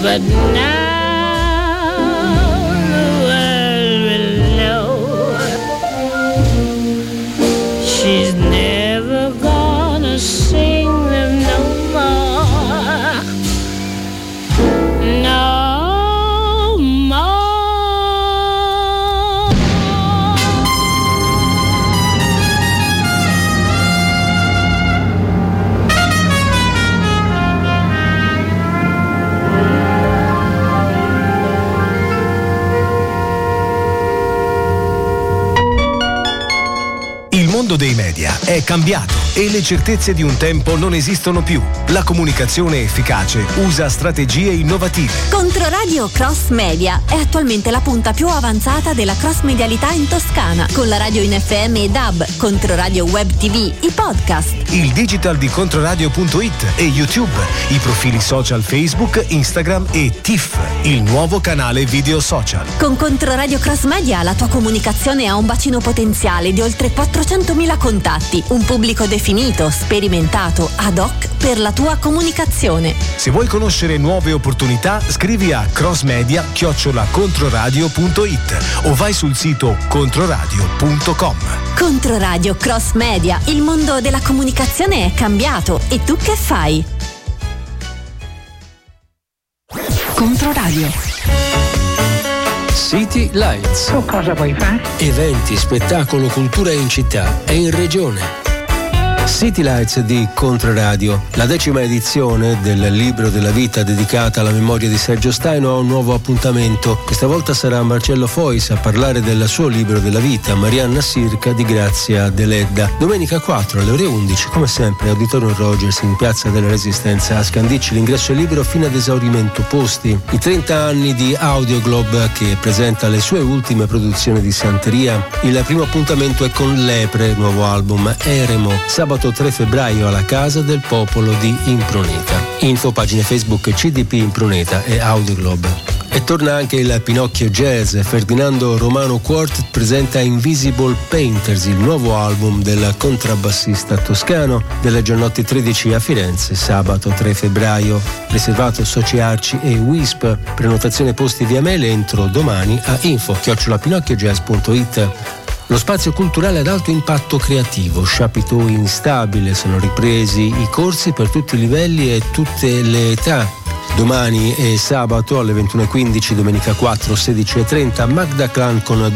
M: but now the world will know she's never gonna sing them no more, no more.
J: Il mondo dei media è cambiato e le certezze di un tempo non esistono più. La comunicazione efficace usa strategie innovative.
N: Controradio Cross Media è attualmente la punta più avanzata della cross medialità in Toscana, con la radio in FM e DAB, Controradio Web TV, i podcast,
J: Il digital di Controradio.it e YouTube, i profili social Facebook, Instagram e TIFF, il nuovo canale video social.
N: Con Controradio Cross Media la tua comunicazione ha un bacino potenziale di oltre 400.000 contatti, un pubblico definito, sperimentato, ad hoc per la tua comunicazione.
J: Se vuoi conoscere nuove opportunità, scrivi a crossmedia@controradio.it o vai sul sito controradio.com.
N: Controradio Cross Media, il mondo della comunicazione è cambiato e tu che fai?
O: Controradio.
C: City Lights.
O: Tu cosa vuoi fare?
C: Eventi, spettacolo, cultura in città e in regione. City Lights di Controradio. La 10ª edizione del libro della vita dedicata alla memoria di Sergio Staino ha un nuovo appuntamento. Questa volta sarà Marcello Fois a parlare del suo libro della vita, Marianna Sirca di Grazia Deledda. Domenica 4 alle ore 11, come sempre, Auditorium Rogers in Piazza della Resistenza a Scandicci. L'ingresso è libero fino ad esaurimento posti. I 30 anni di Audioglobe, che presenta le sue ultime produzioni di santeria. Il primo appuntamento è con Lepre, nuovo album Eremo, sabato 3 febbraio alla Casa del Popolo di Impruneta. Info pagine Facebook CDP Impruneta e Audioglobe. E torna anche il Pinocchio Jazz. Ferdinando Romano Quartet presenta Invisible Painters, il nuovo album del contrabbassista toscano, della Giannotti 13 a Firenze, sabato 3 febbraio. Riservato Soci Arci e Wisp. Prenotazione posti via mail entro domani a info@pinocchiojazz.it. Lo spazio culturale ad alto impatto creativo, Chapiteau Instabile, sono ripresi i corsi per tutti i livelli e tutte le età. Domani e sabato alle 21.15, domenica 4, 16.30, Magda Clan con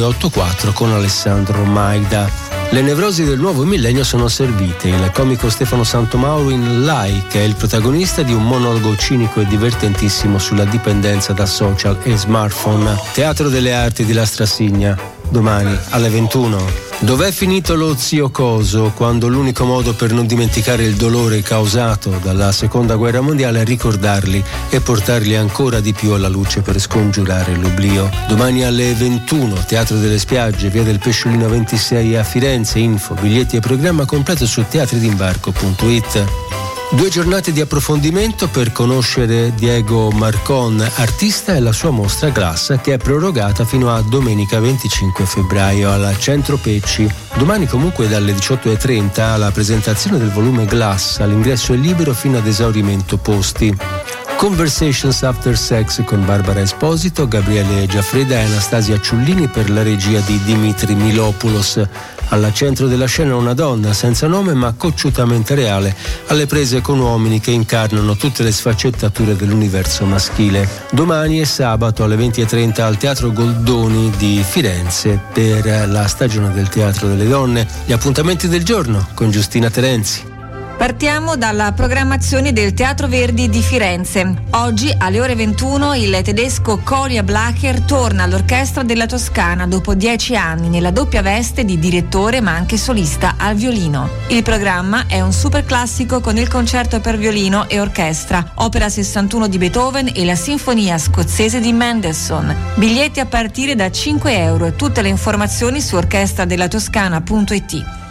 C: 2984 con Alessandro Maida. Le nevrosi del nuovo millennio sono servite. Il comico Stefano Santomauro in Like è il protagonista di un monologo cinico e divertentissimo sulla dipendenza da social e smartphone. Teatro delle Arti di La Strassigna, domani alle 21. Dov'è finito lo zio Coso, quando l'unico modo per non dimenticare il dolore causato dalla Seconda Guerra Mondiale è ricordarli e portarli ancora di più alla luce per scongiurare l'oblio? Domani alle 21, Teatro delle Spiagge, via del Pesciolino 26 a Firenze. Info, biglietti e programma completo su teatridimbarco.it. 2 giornate di approfondimento per conoscere Diego Marcon, artista, e la sua mostra Glass, che è prorogata fino a domenica 25 febbraio al Centro Pecci. Domani comunque dalle 18.30 la presentazione del volume Glass, all'ingresso è libero fino ad esaurimento posti. Conversations After Sex con Barbara Esposito, Gabriele Giaffreda e Anastasia Ciullini per la regia di Dimitri Milopoulos. Al centro della scena una donna senza nome ma cocciutamente reale, alle prese con uomini che incarnano tutte le sfaccettature dell'universo maschile. Domani e sabato alle 20.30 al Teatro Goldoni di Firenze per la stagione del Teatro delle Donne. Gli appuntamenti del giorno con Giustina Terenzi.
E: Partiamo dalla programmazione del Teatro Verdi di Firenze. Oggi alle ore 21 il tedesco Kolja Blacher torna all'Orchestra della Toscana dopo 10 anni nella doppia veste di direttore ma anche solista al violino. Il programma è un super classico con il concerto per violino e orchestra, opera 61 di Beethoven e la sinfonia scozzese di Mendelssohn. Biglietti a partire da €5 e tutte le informazioni su orchestradellatoScana.it.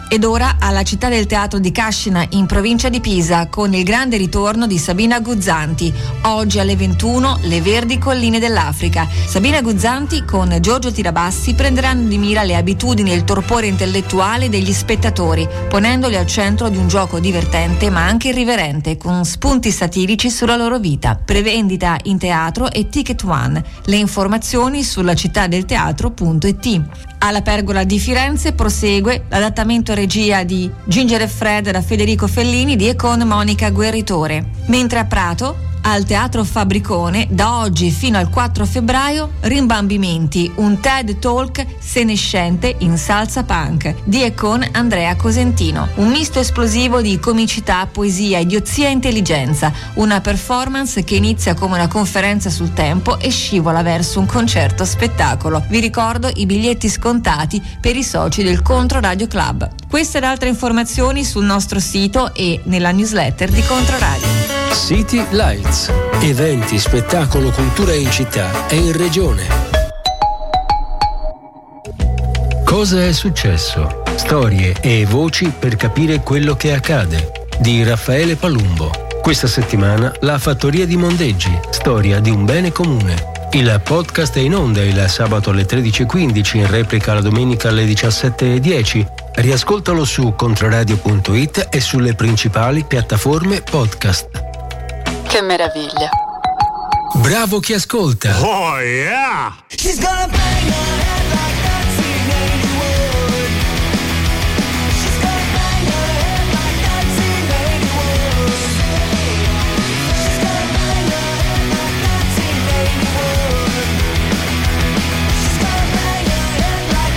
E: Ed ora alla Città del Teatro di Cascina in provincia di Pisa con il grande ritorno di Sabina Guzzanti. Oggi alle 21 Le Verdi Colline dell'Africa. Sabina Guzzanti con Giorgio Tirabassi prenderanno di mira le abitudini e il torpore intellettuale degli spettatori, ponendoli al centro di un gioco divertente ma anche irriverente, con spunti satirici sulla loro vita. Prevendita in teatro e Ticket One. Le informazioni sulla cittadelteatro.it. Alla Pergola di Firenze prosegue l'adattamento regia di Ginger e Fred da Federico Fellini di e con Monica Guerritore. Mentre a Prato, al Teatro Fabbricone, da oggi fino al 4 febbraio, Rimbambimenti, un TED Talk senescente in salsa punk di e con Andrea Cosentino. Un misto esplosivo di comicità, poesia, idiozia e intelligenza. Una performance che inizia come una conferenza sul tempo e scivola verso un concerto spettacolo. Vi ricordo i biglietti scontati per i soci del Controradio Club. Queste ed altre informazioni sul nostro sito e nella newsletter di Controradio.
C: City Lights. Eventi, spettacolo, cultura in città e in regione. Cosa è successo? Storie e voci per capire quello che accade. Di Raffaele Palumbo. Questa settimana La Fattoria di Mondeggi. Storia di un bene comune. Il podcast è in onda il sabato alle 13.15, in replica la domenica alle 17.10. Riascoltalo su controradio.it e sulle principali piattaforme podcast.
O: Che meraviglia.
C: Bravo chi ascolta.
B: Oh yeah!
H: She's gonna bang her head like 1981. She's gonna bang her head like 1981. She's gonna bang her head like 1981. She's gonna bang her head like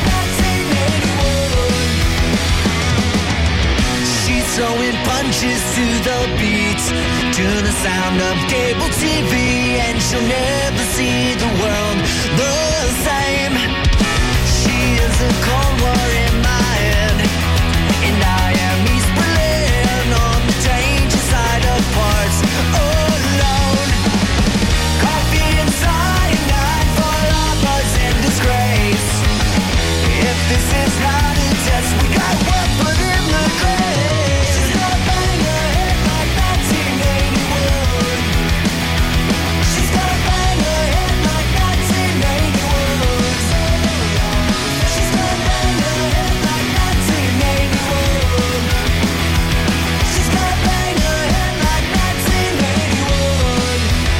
H: 1981. She's throwing punches to the beats, to the sound of cable TV, and she'll never see the world the same. She is a Cold War in my head, and I am East Berlin on the danger side of parts alone. Coffee and cyanide for lovers in disgrace. If this is not a test, we got work put in the grave. She's gonna bang her head like 1981. She's gonna bang her head like 1981. She's gonna bang her head like 1981. She's gonna bang her head like 1981.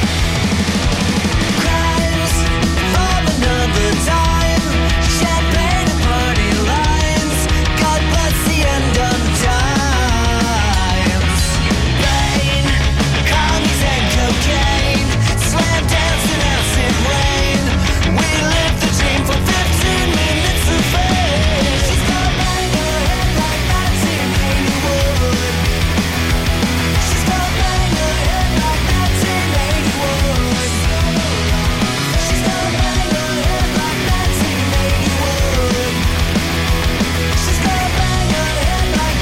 H: Crimes of another time, champagne and party lines. God bless the end of times. Pain, commies and cocaine, slam dancing acid rain. We lived the dream for 15 minutes of fame. She's gonna bang her head like 1981. She's gonna bang her head like 1981. She's gonna bang her head like 1981. She's gonna bang her head like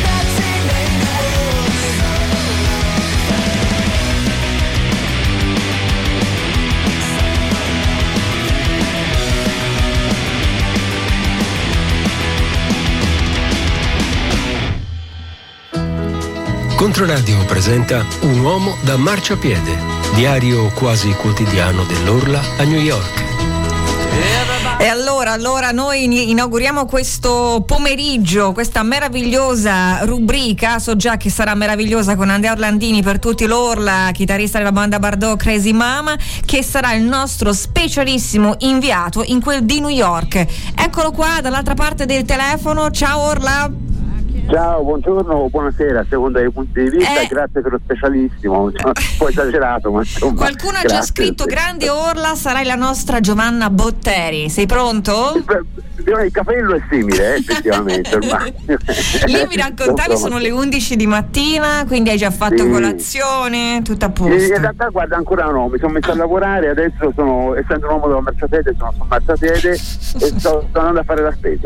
H: 1981.
C: Controradio presenta Un uomo da marciapiede, diario quasi quotidiano dell'Orla a New York.
E: E allora noi inauguriamo questo pomeriggio, questa meravigliosa rubrica, so già che sarà meravigliosa, con Andrea Orlandini per tutti l'Orla, chitarrista della banda Bardot Crazy Mama, che sarà il nostro specialissimo inviato in quel di New York. Eccolo qua dall'altra parte del telefono. Ciao Orla.
P: Ciao, buongiorno o buonasera, a seconda dei punti di vista, grazie per lo specialissimo, un po' esagerato, ma insomma.
E: Qualcuno ha già scritto: grande Orla, sarai la nostra Giovanna Botteri. Sei pronto?
P: Il capello è simile, effettivamente ormai.
E: Lì mi raccontavi sono le 11 di mattina, quindi hai già fatto colazione, tutto a posto.
P: In realtà guarda, ancora no, mi sono messo a lavorare, adesso essendo un uomo della marciapiede, sono su marciapiede e sto andando a fare la spesa.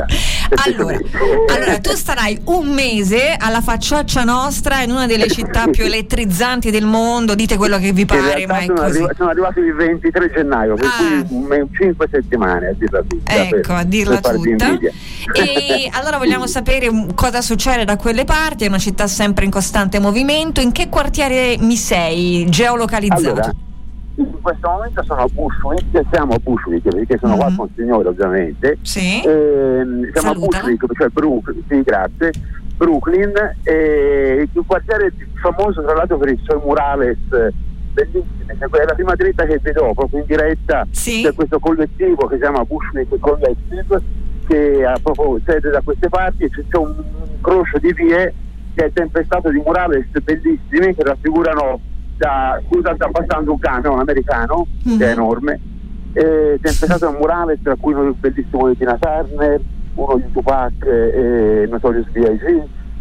E: Allora, tu starai un mese alla facciaccia nostra in una delle città più elettrizzanti del mondo, dite quello che vi pare, ma è così.
P: Sono arrivato il 23 gennaio, per cui 5 settimane a dirla tutta.
E: Ecco, a dirla tutta. E allora vogliamo sapere cosa succede da quelle parti. È una città sempre in costante movimento. In che quartiere mi sei geolocalizzato?
P: Allora, in questo momento sono a Bushwick, siamo a Bushwick perché sono qua con il signore ovviamente.
E: Sì.
P: Siamo a Bushwick, cioè Brooklyn, sì, grazie. Brooklyn, un quartiere famoso tra l'altro per i suoi murales bellissimi. È la prima dritta che vedo proprio in diretta.
E: Sì.
P: C'è questo collettivo che si chiama Bushwick Collective che ha proprio sede da queste parti e c'è un incrocio di vie che è tempestato di murales bellissimi che raffigurano scusa, sta passando un camion americano che è enorme, tempestato da un murales tra cui uno bellissimo di Tina Turner, uno di Tupac e Notorious B.I.G.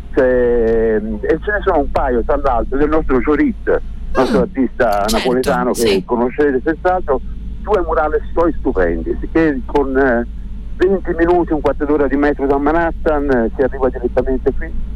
P: e ce ne sono un paio tra l'altro del nostro Jorit, nostro artista napoletano che conoscerete senz'altro, 2 murales suoi stupendi che con 20 minuti, un quarto d'ora di metro da Manhattan si arriva direttamente qui.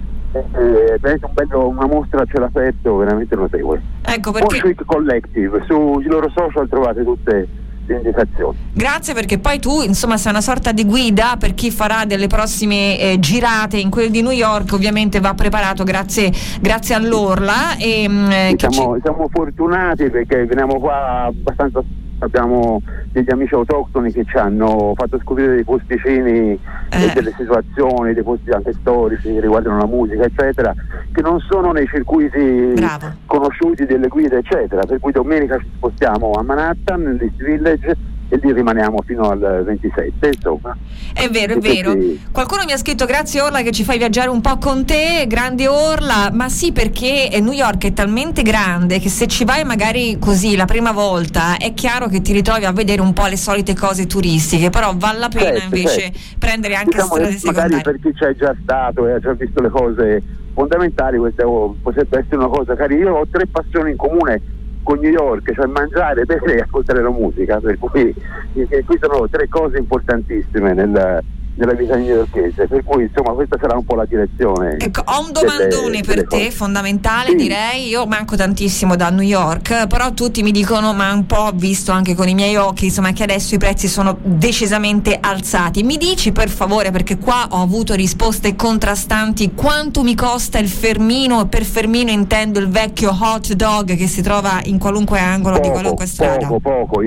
P: Una mostra a cielo aperto veramente notevole.
E: Ecco perché
P: Bushwick Collective, sui loro social trovate tutte le indicazioni.
E: Grazie, perché poi tu insomma sei una sorta di guida per chi farà delle prossime girate in quel di New York, ovviamente va preparato grazie all'Orla e
P: siamo fortunati perché veniamo qua abbastanza. Abbiamo degli amici autoctoni che ci hanno fatto scoprire dei posticini e delle situazioni, dei posti anche storici che riguardano la musica eccetera, che non sono nei circuiti conosciuti delle guide eccetera, per cui domenica ci spostiamo a Manhattan, nell'East Village, e lì rimaniamo fino al 27, insomma.
E: È vero. Qualcuno mi ha scritto: grazie Orla che ci fai viaggiare un po' con te, grande Orla. Ma sì, perché New York è talmente grande che se ci vai magari così la prima volta è chiaro che ti ritrovi a vedere un po' le solite cose turistiche, però vale la pena invece prendere anche strade secondarie.
P: Magari per chi c'è già stato e ha già visto le cose fondamentali, questa potrebbe essere una cosa carina. Io ho 3 passioni in comune con New York, cioè mangiare, bere e ascoltare la musica, per cui qui sono 3 cose importantissime nella vita newyorkese, per cui insomma questa sarà un po' la direzione.
E: Ecco, ho un domandone per te fondamentale, direi. Io manco tantissimo da New York, però tutti mi dicono, ma un po' visto anche con i miei occhi, insomma, che adesso i prezzi sono decisamente alzati. Mi dici per favore, perché qua ho avuto risposte contrastanti, quanto mi costa il fermino? Per fermino intendo il vecchio hot dog che si trova in qualunque angolo di qualunque strada.
P: Poco.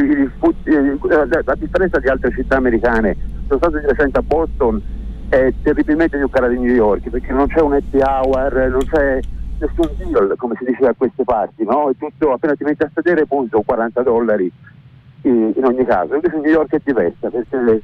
P: La differenza di altre città americane, sono stato di recente a Boston, è terribilmente più cara di New York, perché non c'è un happy hour, non c'è nessun deal, come si dice da queste parti, no? È tutto, appena ti metti a sedere, punto, $40 in ogni caso. Invece New York è diversa, perché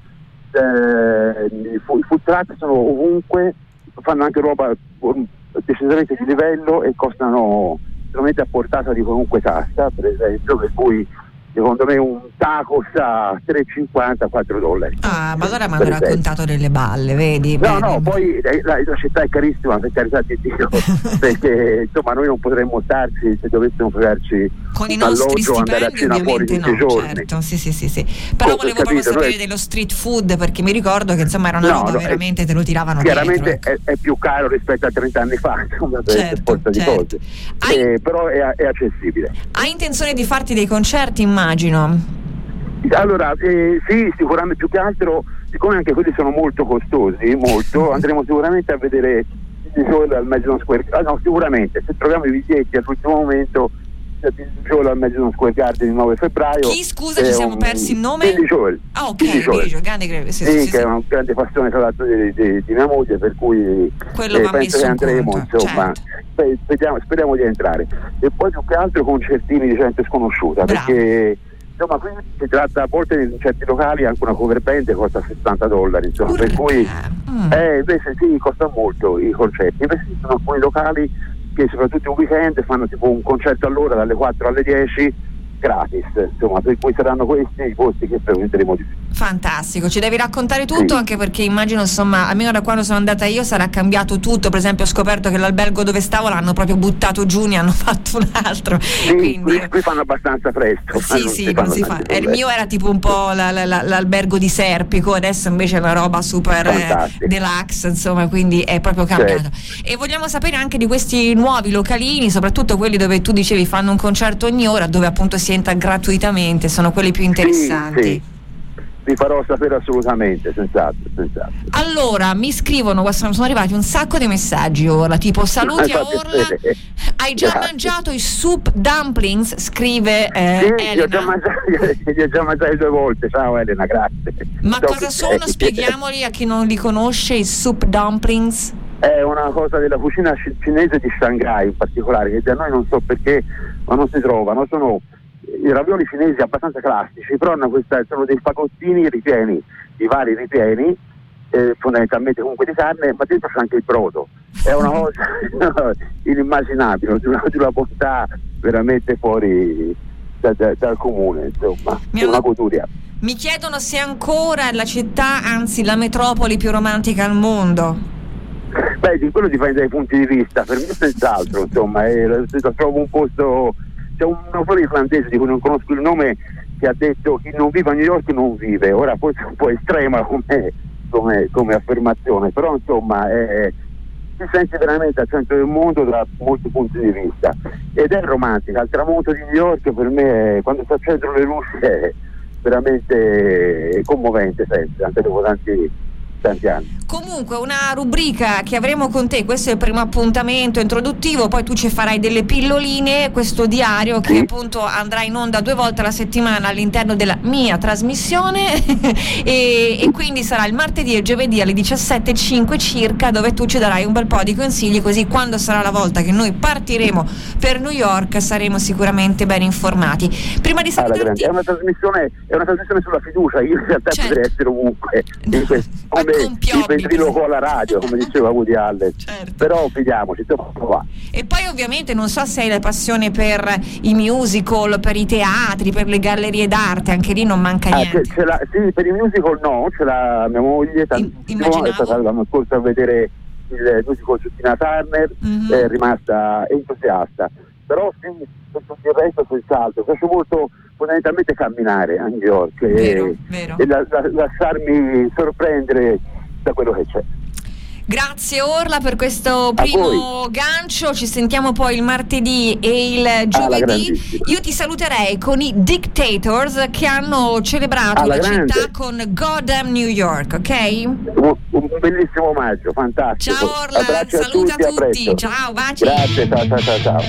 P: i food truck sono ovunque, fanno anche roba decisamente di livello e costano veramente a portata di qualunque tasca, per esempio, per cui secondo me un taco sta $3,50, $4.
E: Ma allora mi hanno raccontato delle balle, vedi?
P: No, poi la città è carissima, per carità di Dio, perché insomma noi non potremmo starci se dovessimo pagarci
E: con i nostri stipendi,
P: andare a cena fuori tutti i giorni.
E: Certo, sì. Però volevo proprio sapere dello street food, perché mi ricordo che insomma era una roba veramente te lo tiravano
P: chiaramente
E: dietro.
P: È più caro rispetto a 30 anni fa, insomma, per forza di cose. Però è accessibile.
E: Hai intenzione di farti dei concerti, immagino?
P: Allora, sì, sicuramente, più che altro, siccome anche quelli sono molto costosi, andremo sicuramente a vedere il Joel al Madison Square Garden. No, sicuramente, se troviamo i biglietti all'ultimo momento, il Joel al Madison Square Garden il 9 febbraio.
E: Chi, scusa, ci siamo persi il nome?
P: Billy Joel.
E: Ah, ok, Billy Joel, grande, sì,
P: che è una grande passione tra l'altro di mia moglie, per cui penso che andremo, insomma, speriamo di entrare. E poi più che altro concertini di gente sconosciuta. Bravo. Perché insomma qui si tratta, a volte in certi locali anche una cover band costa $60, insomma, per cui invece sì, costa molto i concerti. Invece ci sono alcuni locali che soprattutto un weekend fanno tipo un concerto all'ora dalle 4 alle 10 gratis, insomma, per cui saranno questi i posti che frequenteremo di più.
E: Fantastico, ci devi raccontare tutto,
P: sì.
E: Anche perché immagino, insomma, almeno da quando sono andata io sarà cambiato tutto. Per esempio ho scoperto che l'albergo dove stavo l'hanno proprio buttato giù, ne hanno fatto un altro.
P: Sì, quindi qui fanno abbastanza presto.
E: Sì, non si fa. Il mio era tipo un po' l'albergo di Serpico, adesso invece è una roba super deluxe, insomma, quindi è proprio cambiato. E vogliamo sapere anche di questi nuovi localini, soprattutto quelli dove tu dicevi fanno un concerto ogni ora, dove appunto si entra gratuitamente, sono quelli più interessanti.
P: Sì. Vi farò sapere assolutamente, senz'altro.
E: Allora, mi scrivono, sono arrivati un sacco di messaggi ora, tipo saluti a Orla, hai già mangiato i soup dumplings? Scrive Elena.
P: Li ho già mangiati 2 volte, ciao Elena, grazie.
E: Ma cosa sono? Spieghiamoli a chi non li conosce, i soup dumplings.
P: È una cosa della cucina cinese di Shanghai in particolare, che da noi non so perché, ma non si trovano, sono i ravioli cinesi abbastanza classici, però sono dei fagottini ripieni, di vari ripieni, fondamentalmente comunque di carne, ma dentro c'è anche il brodo. È una cosa inimmaginabile, di una bontà veramente fuori dal comune, insomma, è una goduria.
E: Mi chiedono se ancora è la città, anzi la metropoli più romantica al mondo.
P: Beh, di quello dipende dai punti di vista, per me senz'altro, insomma, trovo un posto. C'è un autore irlandese di cui non conosco il nome che ha detto: chi non vive a New York non vive. Ora forse è un po' estrema come affermazione, però insomma si sente veramente al centro del mondo da molti punti di vista ed è romantica. Il tramonto di New York per me, quando si accendono le luci, è veramente commovente sempre, anche dopo tanti anni.
E: Comunque una rubrica che avremo con te, questo è il primo appuntamento introduttivo, poi tu ci farai delle pilloline, questo diario che appunto andrà in onda 2 volte alla settimana all'interno della mia trasmissione e quindi sarà il martedì e il giovedì alle 17:05 circa, dove tu ci darai un bel po' di consigli, così quando sarà la volta che noi partiremo per New York saremo sicuramente ben informati. Prima di salutarti,
P: è una trasmissione sulla fiducia. Io in realtà potrei essere ovunque, come il ventriloquo alla radio, come diceva Woody Allen, però fidiamoci, dobbiamo provare.
E: E poi ovviamente non so se hai la passione per i musical, per i teatri, per le gallerie d'arte, anche lì non manca niente.
P: Sì, per i musical no, ce l'ha mia moglie tantissimo, è stata l'anno scorso a vedere il musical su Tina Turner, è rimasta entusiasta, però sì, tutto il resto senz'altro, faccio molto fondamentalmente camminare a New York e lasciarmi sorprendere da quello che c'è.
E: Grazie Orla per questo primo gancio, ci sentiamo poi il martedì e il giovedì. Io ti saluterei con i Dictators che hanno celebrato la città con Goddamn New York, ok?
P: Un bellissimo omaggio, fantastico.
E: Ciao Orla,
P: abbracci
E: saluta
P: a tutti,
E: ciao, baci.
P: Grazie, ciao.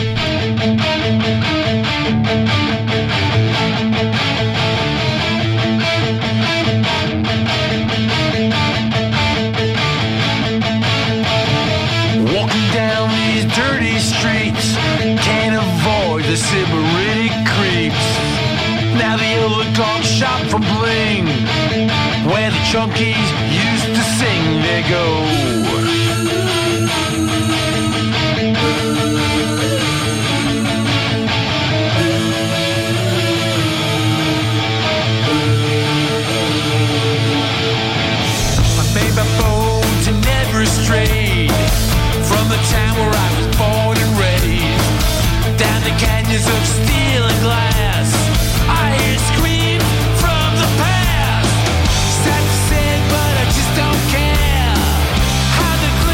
Q: Down these dirty streets, can't avoid the sybaritic creeps. Now the overcock shop for bling, where the chunkies used to sing their go. From the town where I was born and raised, down the canyons of steel and glass, I hear screams from the past. Sad to say, but I just don't care how the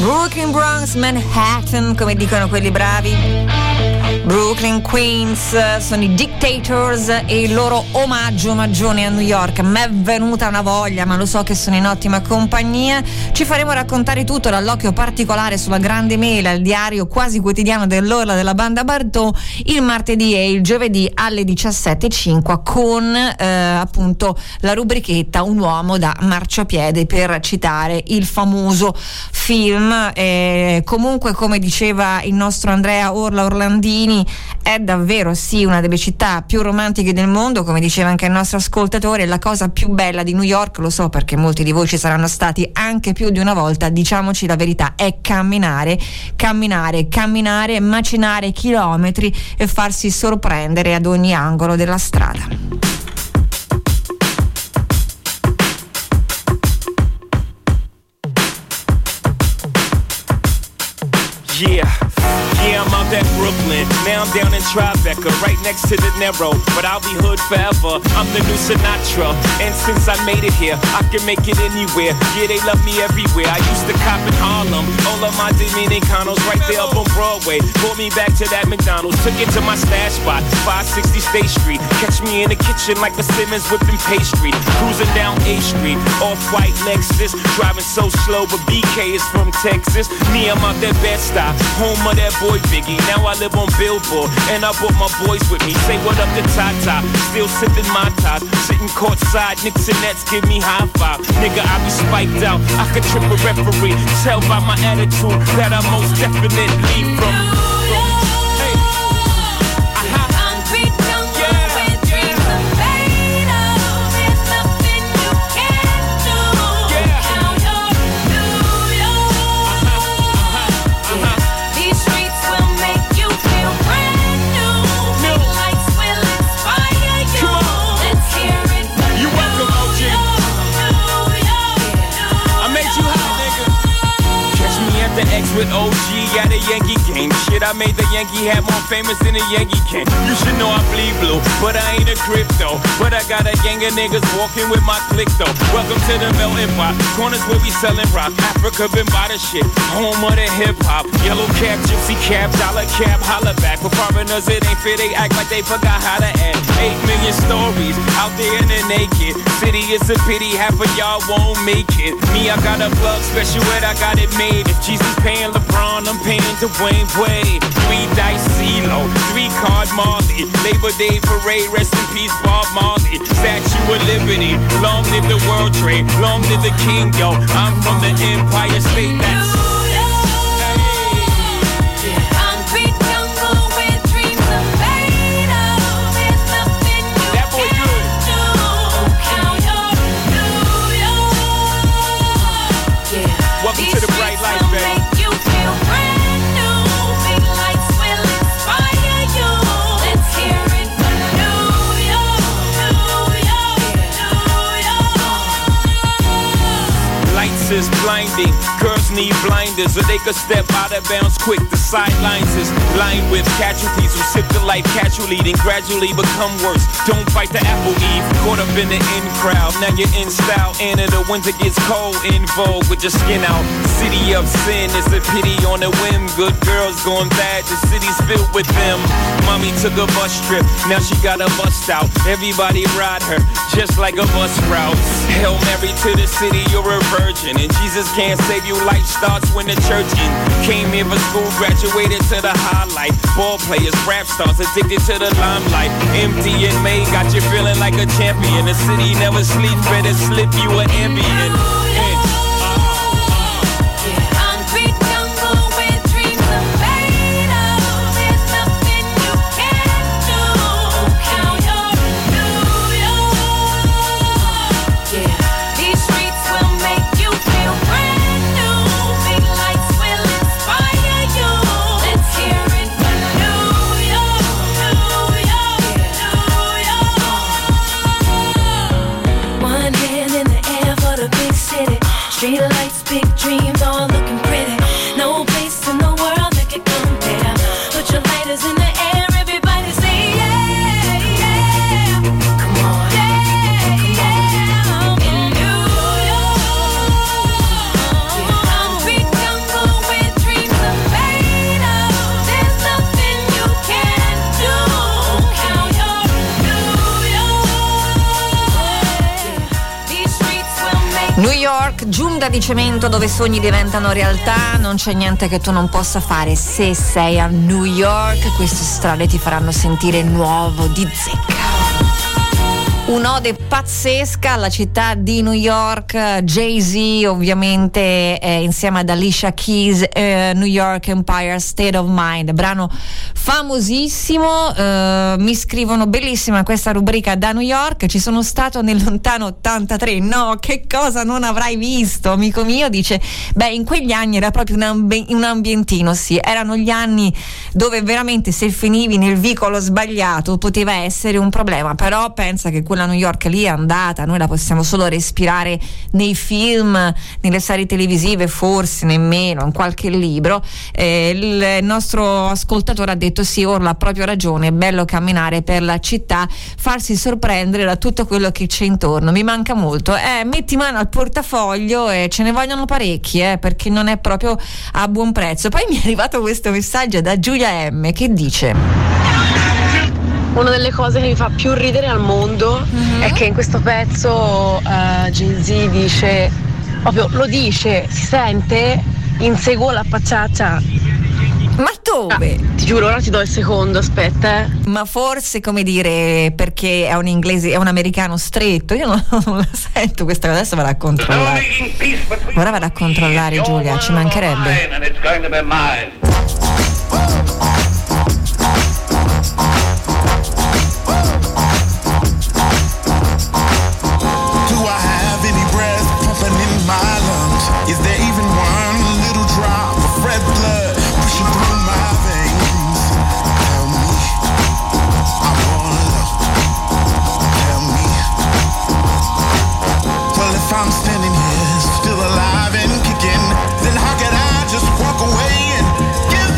E: Brooklyn, Bronx, Manhattan, come dicono quelli bravi. Brooklyn, Queens, sono i Dictators e il loro omaggione a New York. Mi è venuta una voglia, ma lo so che sono in ottima compagnia. Ci faremo raccontare tutto dall'occhio particolare sulla Grande Mela, il diario quasi quotidiano dell'Orla della banda Bartò, il martedì e il giovedì alle 17.05 con appunto la rubrichetta Un uomo da marciapiede, per citare il famoso film. Comunque, come diceva il nostro Andrea Orlandini, è davvero sì una delle città più romantiche del mondo, come diceva anche il nostro ascoltatore. La cosa più bella di New York, lo so perché molti di voi ci saranno stati anche più di una volta, diciamoci la verità, è camminare, macinare chilometri e farsi sorprendere ad ogni angolo della strada.
R: Yeah, I'm out at Brooklyn. Now I'm down in Tribeca, right next to the Narrow. But I'll be hood forever. I'm the new Sinatra. And since I made it here, I can make it anywhere. Yeah, they love me everywhere. I used to cop in Harlem. All of my Dominicanos right there up on Broadway. Pulled me back to that McDonald's. Took it to my stash spot, 560 State Street. Catch me in the kitchen like a Simmons whipping pastry. Cruising down A Street, off-white Lexus. Driving so slow, but BK is from Texas. Me, I'm out that Bed-Stuy, home of that boy Biggie. Now I live on Billboard, and I brought my boys with me. Say what up to Tata, still sipping my ties. Sitting courtside, Knicks and Nets give me high five. Nigga, I be spiked out, I could trip a referee. Tell by my attitude that I most definitely from with OG at a Yankee game. Shit, I made the Yankee hat more famous than a Yankee can. You should know I bleed blue, but I ain't a crypto. But I got a gang of niggas walking with my click though. Welcome to the melting pot. Corners where we selling rock. Africa been by the shit. Home of the hip hop. Yellow cap, gypsy cap, dollar cap, holla back. For foreigners it ain't fair, they act like they forgot how to act. 8 million stories out there in the naked city. It's a pity half of y'all won't make it. Me, I got a plug special ed, I got it made. If Jesus paying LeBron, I'm paying Dwayne Wade. 3 dice CeeLo, 3 card Marley. Labor Day parade, rest in peace Bob Marley. Statue of Liberty, long live the World Trade, long live the King, yo. I'm from the Empire State, that's to the bright light, baby. Make you feel brand new. Big lights will inspire you. Let's hear it for New York, New York, New York. Lights is blinding. Girls need blinders so they could step out of bounds quick. The sidelines is lined with casualties who sip the life casually, then gradually become worse. Don't fight the apple eve, caught up in the in crowd. Now you're in style, and in the winter gets cold, in vogue with your skin out. City of sin, it's a pity on a whim. Good girls going bad, the city's filled with them. Mommy took a bus trip, now she got a bust out. Everybody ride her, just like a bus route. Hail Mary to the city, you're a virgin, and Jesus can't save you. Life starts when the church in. Came here for school, graduated to the highlight. Ball players, rap stars, addicted to the limelight. Empty in May, got you feeling like a champion. The city never sleeps, better slip you an ambient.
G: One hand in the air for the big city.
E: York, giungla di cemento dove sogni diventano realtà, non c'è niente che tu non possa fare se sei a New York, queste strade ti faranno sentire nuovo di zecca. Un'ode pazzesca alla città di New York, Jay-Z ovviamente insieme ad Alicia Keys, New York Empire State of Mind, brano famosissimo. Mi scrivono: bellissima questa rubrica da New York, ci sono stato nel lontano 83. No, che cosa non avrai visto, amico mio? Dice, beh, in quegli anni era proprio un ambientino, sì, erano gli anni dove veramente se finivi nel vicolo sbagliato poteva essere un problema, però pensa che quella New York lì è andata, noi la possiamo solo respirare nei film, nelle serie televisive, forse nemmeno in qualche libro. Il nostro ascoltatore ha detto sì, Orla ha proprio ragione, è bello camminare per la città, farsi sorprendere da tutto quello che c'è intorno, mi manca molto. Metti mano al portafoglio e ce ne vogliono parecchi, perché non è proprio a buon prezzo. Poi mi è arrivato questo messaggio da Giulia M che dice:
S: una delle cose che mi fa più ridere al mondo è che in questo pezzo Jay-Z dice, proprio lo dice, si sente, inseguo la pacciaccia.
E: Ma dove?
S: Ti giuro, ora ti do il secondo, aspetta.
E: Ma forse, come dire, perché è un inglese, è un americano stretto, io non la sento questa cosa, adesso vado a controllare. Ora vado a controllare, Giulia, ci mancherebbe.
T: Is there even one little drop of red blood pushing through my veins? Tell me, I wanna know. Tell me. Well, if I'm standing here still alive and kicking, then how can I just walk away and give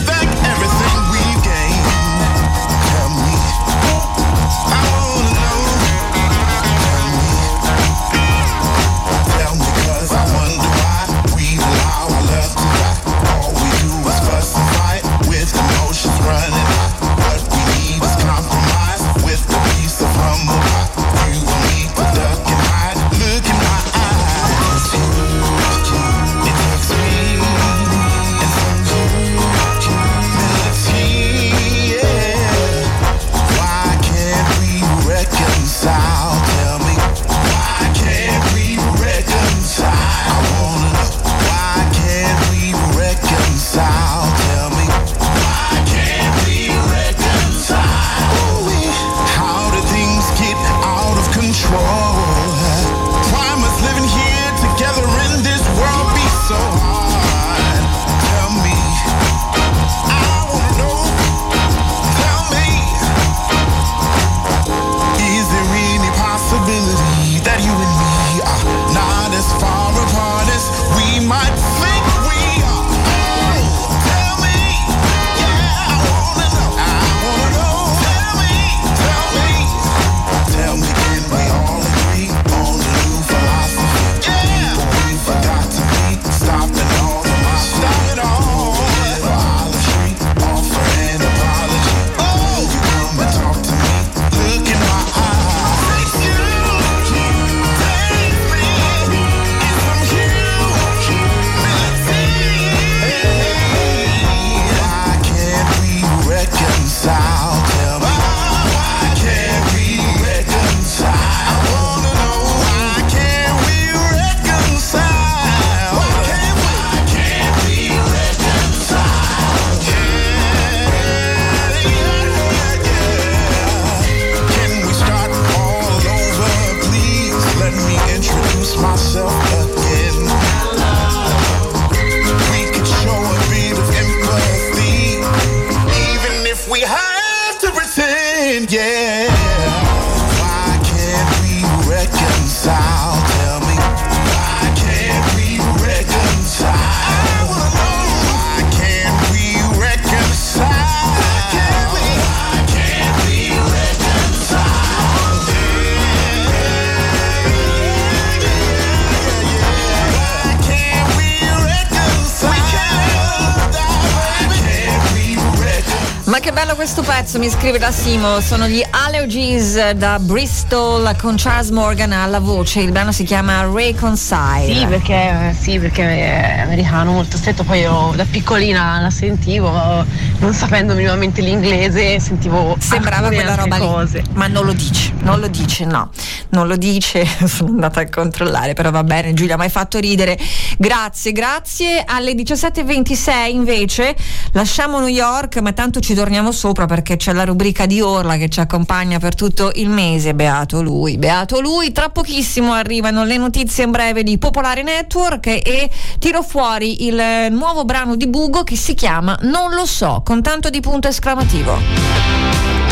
E: Ma che bello questo pezzo, mi scrive da Simo. Sono gli Allergies da Bristol con Charles Morgan alla voce. Il brano si chiama Reconcile.
S: Sì, perché è americano molto stretto. Poi io da piccolina la sentivo, non sapendo minimamente l'inglese, sentivo
E: sembrava quella roba cose. Lì. Ma non lo dice, non lo dice. Sono andata a controllare, però va bene. Giulia, mi hai fatto ridere. Grazie. Alle 17:26 invece lasciamo New York, ma tanto ci torniamo sopra perché c'è la rubrica di Orla che ci accompagna per tutto il mese. Beato lui. Tra pochissimo arrivano le notizie in breve di Popolare Network e tiro fuori il nuovo brano di Bugo che si chiama Non lo so, con tanto di punto esclamativo.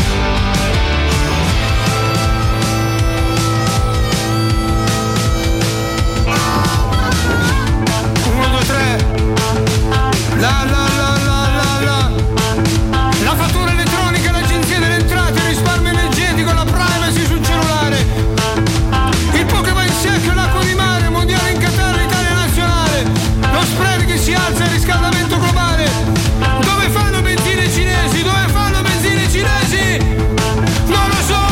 U: La fattura elettronica, l'agenzia delle entrate, il risparmio energetico, la privacy sul cellulare, il Pokémon secco, l'acqua di mare, mondiale in Qatar, l'Italia nazionale, lo spread che si alza, il riscaldamento globale. Dove fanno benzine cinesi? Non lo so.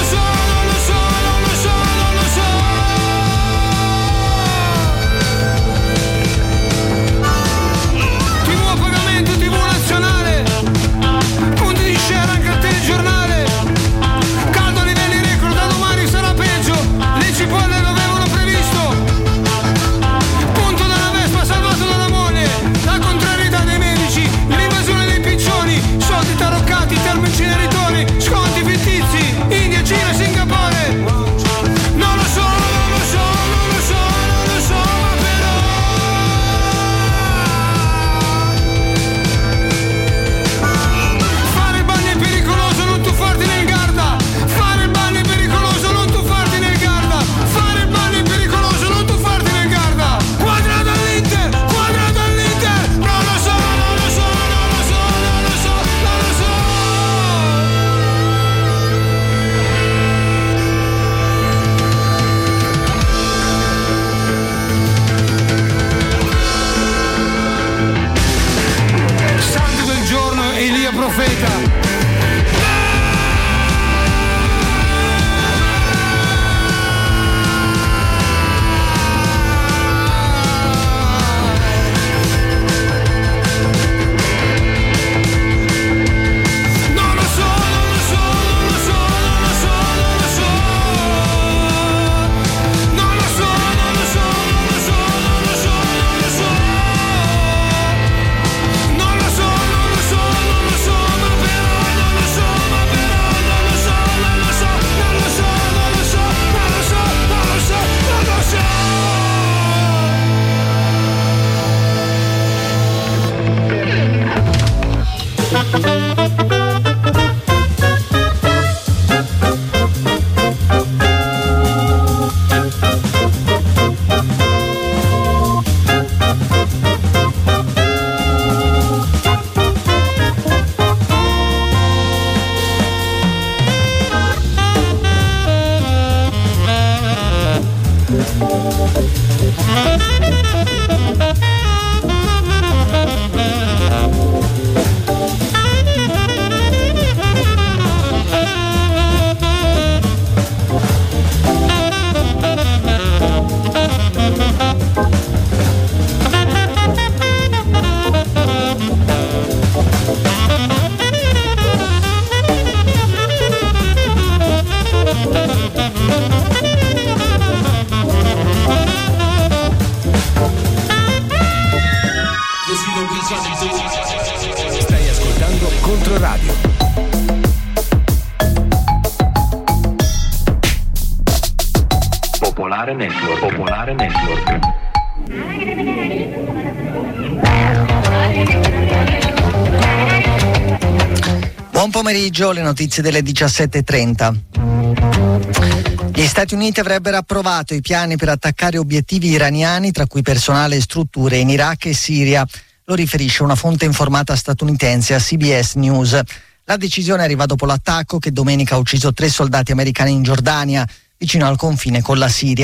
U: TV a pagamento, TV nazionale, punti di share anche al telegiornale, caldo a livelli record, da domani sarà peggio, le cipolle l'avevano previsto, punto dalla Vespa salvato dalla moglie, la contrarietà dei medici, l'invasione dei piccioni, soldi taroccati, termoinceneritori, sconti fittizi, India, Cina, Singapore. Non lo so, ma però fare il bagno è pericoloso, non tuffarti nel Garda. Fare il bagno è pericoloso, non tuffarti nel Garda. Fare il bagno è pericoloso, non tuffarti nel Garda. Quadrato all'Inter. Non lo so. Santo del giorno, Elia profeta.
J: Stai ascoltando Controradio.
V: Popolare Network.
W: Buon pomeriggio, le notizie delle 17:30. Gli Stati Uniti avrebbero approvato i piani per attaccare obiettivi iraniani, tra cui personale e strutture in Iraq e Siria. Lo riferisce una fonte informata statunitense a CBS News. La decisione arriva dopo l'attacco che domenica ha ucciso 3 soldati americani in Giordania, vicino al confine con la Siria.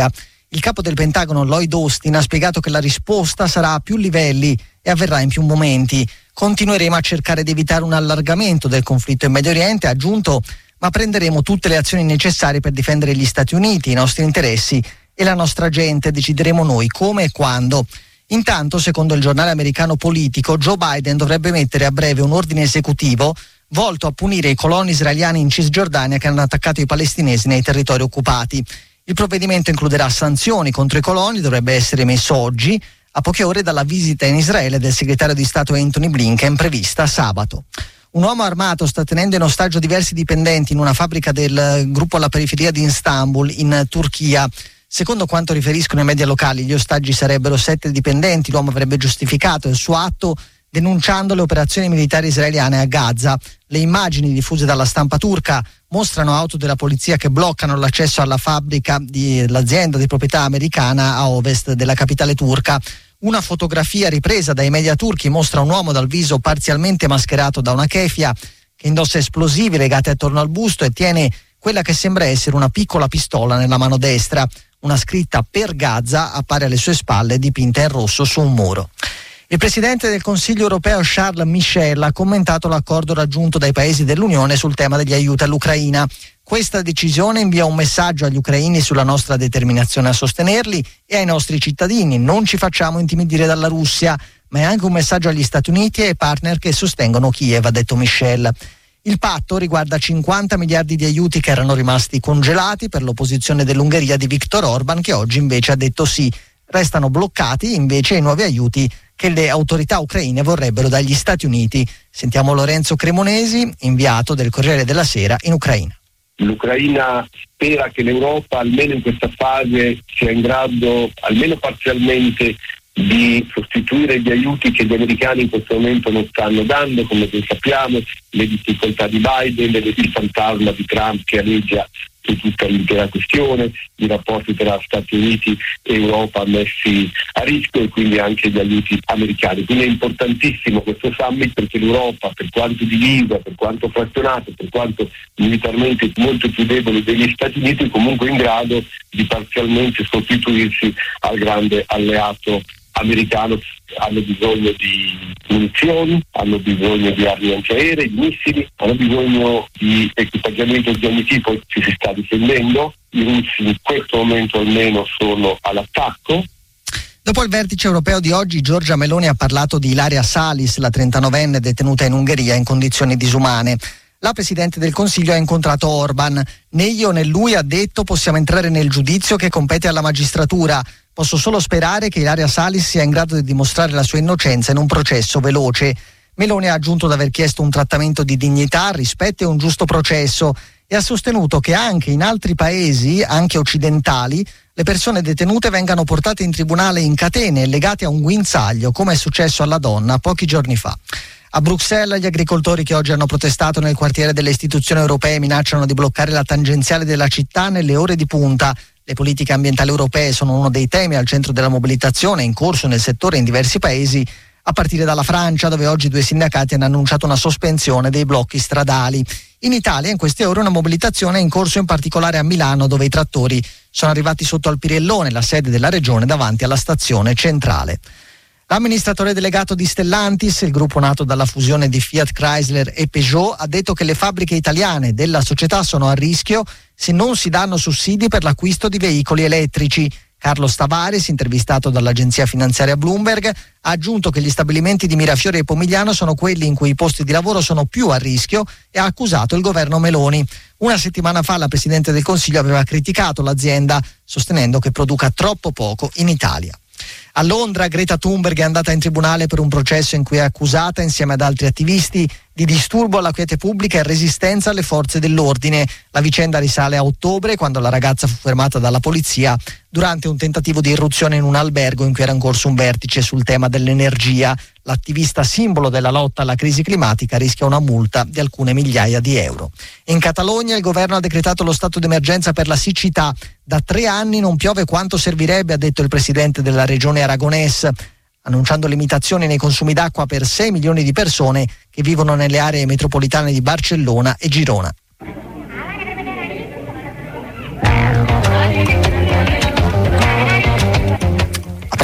W: Il capo del Pentagono Lloyd Austin ha spiegato che la risposta sarà a più livelli e avverrà in più momenti. Continueremo a cercare di evitare un allargamento del conflitto in Medio Oriente, ha aggiunto, ma prenderemo tutte le azioni necessarie per difendere gli Stati Uniti, i nostri interessi e la nostra gente. Decideremo noi come e quando. Intanto, secondo il giornale americano Politico, Joe Biden dovrebbe mettere a breve un ordine esecutivo volto a punire i coloni israeliani in Cisgiordania che hanno attaccato i palestinesi nei territori occupati. Il provvedimento includerà sanzioni contro i coloni, dovrebbe essere emesso oggi, a poche ore dalla visita in Israele del segretario di Stato Anthony Blinken prevista sabato. Un uomo armato sta tenendo in ostaggio diversi dipendenti in una fabbrica del gruppo alla periferia di Istanbul, in Turchia. Secondo quanto riferiscono i media locali, gli ostaggi sarebbero 7 dipendenti. L'uomo avrebbe giustificato il suo atto denunciando le operazioni militari israeliane a Gaza. Le immagini diffuse dalla stampa turca mostrano auto della polizia che bloccano l'accesso alla fabbrica dell'azienda di proprietà americana a ovest della capitale turca. Una fotografia ripresa dai media turchi mostra un uomo dal viso parzialmente mascherato da una keffia che indossa esplosivi legati attorno al busto e tiene quella che sembra essere una piccola pistola nella mano destra. Una scritta "Per Gaza" appare alle sue spalle dipinta in rosso su un muro. Il Presidente del Consiglio europeo Charles Michel ha commentato l'accordo raggiunto dai paesi dell'Unione sul tema degli aiuti all'Ucraina. Questa decisione invia un messaggio agli ucraini sulla nostra determinazione a sostenerli e ai nostri cittadini. Non ci facciamo intimidire dalla Russia, ma è anche un messaggio agli Stati Uniti e ai partner che sostengono Kiev, ha detto Michel. Il patto riguarda 50 miliardi di aiuti che erano rimasti congelati per l'opposizione dell'Ungheria di Viktor Orban, che oggi invece ha detto sì. Restano bloccati invece i nuovi aiuti che le autorità ucraine vorrebbero dagli Stati Uniti. Sentiamo Lorenzo Cremonesi, inviato del Corriere della Sera in Ucraina.
A: L'Ucraina spera che l'Europa, almeno in questa fase, sia in grado, almeno parzialmente, di sostituire gli aiuti che gli americani in questo momento non stanno dando, come ben sappiamo, le difficoltà di Biden, il fantasma di Trump che aleggia su tutta l'intera questione, i rapporti tra Stati Uniti e Europa messi a rischio e quindi anche gli aiuti americani. Quindi è importantissimo questo summit perché l'Europa, per quanto divisa, per quanto frazionata, per quanto militarmente molto più debole degli Stati Uniti, è comunque in grado di parzialmente sostituirsi al grande alleato americano. Hanno bisogno di munizioni, hanno bisogno di armi antiaeree, di missili, hanno bisogno di equipaggiamento di ogni tipo, ci si sta difendendo. I russi in questo momento almeno sono all'attacco.
W: Dopo il vertice europeo di oggi, Giorgia Meloni ha parlato di Ilaria Salis, la 39enne detenuta in Ungheria in condizioni disumane. La Presidente del Consiglio ha incontrato Orban. Né io né lui, ha detto, possiamo entrare nel giudizio che compete alla magistratura. Posso solo sperare che Ilaria Salis sia in grado di dimostrare la sua innocenza in un processo veloce. Meloni ha aggiunto di aver chiesto un trattamento di dignità, rispetto e un giusto processo e ha sostenuto che anche in altri paesi, anche occidentali, le persone detenute vengano portate in tribunale in catene e legate a un guinzaglio, come è successo alla donna pochi giorni fa. A Bruxelles gli agricoltori che oggi hanno protestato nel quartiere delle istituzioni europee minacciano di bloccare la tangenziale della città nelle ore di punta. Le politiche ambientali europee sono uno dei temi al centro della mobilitazione in corso nel settore in diversi paesi, a partire dalla Francia, dove oggi 2 sindacati hanno annunciato una sospensione dei blocchi stradali. In Italia in queste ore una mobilitazione è in corso, in particolare a Milano, dove i trattori sono arrivati sotto al Pirellone, la sede della regione, davanti alla stazione centrale. L'amministratore delegato di Stellantis, il gruppo nato dalla fusione di Fiat Chrysler e Peugeot, ha detto che le fabbriche italiane della società sono a rischio se non si danno sussidi per l'acquisto di veicoli elettrici. Carlos Tavares, intervistato dall'agenzia finanziaria Bloomberg, ha aggiunto che gli stabilimenti di Mirafiori e Pomigliano sono quelli in cui i posti di lavoro sono più a rischio e ha accusato il governo Meloni. Una settimana fa la Presidente del Consiglio aveva criticato l'azienda, sostenendo che produca troppo poco in Italia. A Londra Greta Thunberg è andata in tribunale per un processo in cui è accusata, insieme ad altri attivisti, di disturbo alla quiete pubblica e resistenza alle forze dell'ordine. La vicenda risale a ottobre, quando la ragazza fu fermata dalla polizia durante un tentativo di irruzione in un albergo in cui era in corso un vertice sul tema dell'energia. L'attivista simbolo della lotta alla crisi climatica rischia una multa di alcune migliaia di euro. In Catalogna il governo ha decretato lo stato d'emergenza per la siccità. Da 3 anni non piove quanto servirebbe, ha detto il presidente della regione Aragonès, annunciando limitazioni nei consumi d'acqua per 6 milioni di persone che vivono nelle aree metropolitane di Barcellona e Girona.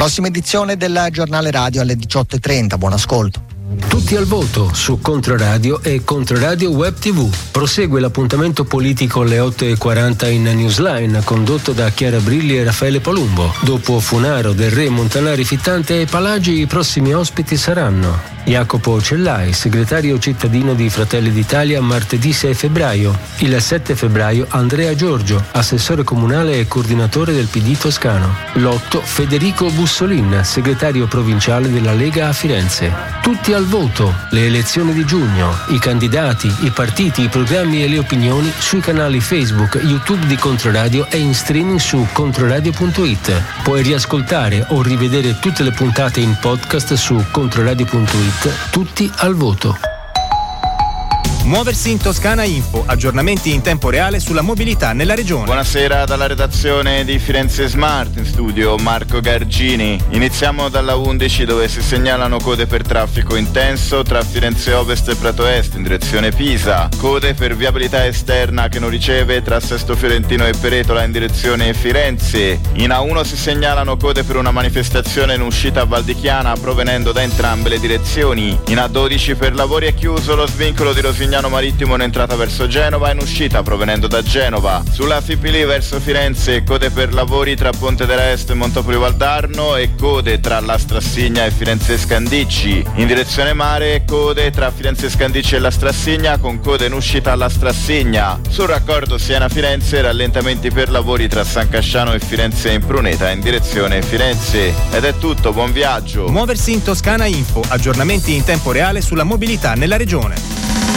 W: Prossima edizione del giornale radio alle 18:30. Buon ascolto.
C: Tutti al voto su Controradio e Controradio Web TV. Prosegue l'appuntamento politico alle 8:40 in Newsline, condotto da Chiara Brilli e Raffaele Palumbo. Dopo Funaro, Del Re, Montanari, Fittante e Palagi, i prossimi ospiti saranno Jacopo Cellai, segretario cittadino di Fratelli d'Italia, martedì 6 febbraio. Il 7 febbraio Andrea Giorgio, assessore comunale e coordinatore del PD toscano. L'8 Federico Bussolin, segretario provinciale della Lega a Firenze. Tutti al voto, le elezioni di giugno, i candidati, i partiti, i programmi e le opinioni sui canali Facebook, YouTube di Controradio e in streaming su controradio.it. Puoi riascoltare o rivedere tutte le puntate in podcast su controradio.it. Tutti al voto.
D: Muoversi in Toscana Info, aggiornamenti in tempo reale sulla mobilità nella regione.
F: Buonasera dalla redazione di Firenze Smart, in studio Marco Gargini. Iniziamo dalla 11 dove si segnalano code per traffico intenso tra Firenze Ovest e Prato Est in direzione Pisa, code per viabilità esterna che non riceve tra Sesto Fiorentino e Peretola in direzione Firenze. In A1 si segnalano code per una manifestazione in uscita a Valdichiana provenendo da entrambe le direzioni. In A12 per lavori è chiuso lo svincolo di Rosignano Marittimo in entrata verso Genova e in uscita provenendo da Genova. Sulla Fipili verso Firenze code per lavori tra Ponte della Est e Montopoli Valdarno e code tra la Strassigna e Firenze Scandicci. In direzione mare code tra Firenze Scandicci e la Strassigna con code in uscita alla Strassigna. Sul raccordo Siena-Firenze rallentamenti per lavori tra San Casciano e Firenze Impruneta in direzione Firenze. Ed è tutto, buon viaggio.
D: Muoversi in Toscana Info, aggiornamenti in tempo reale sulla mobilità nella regione.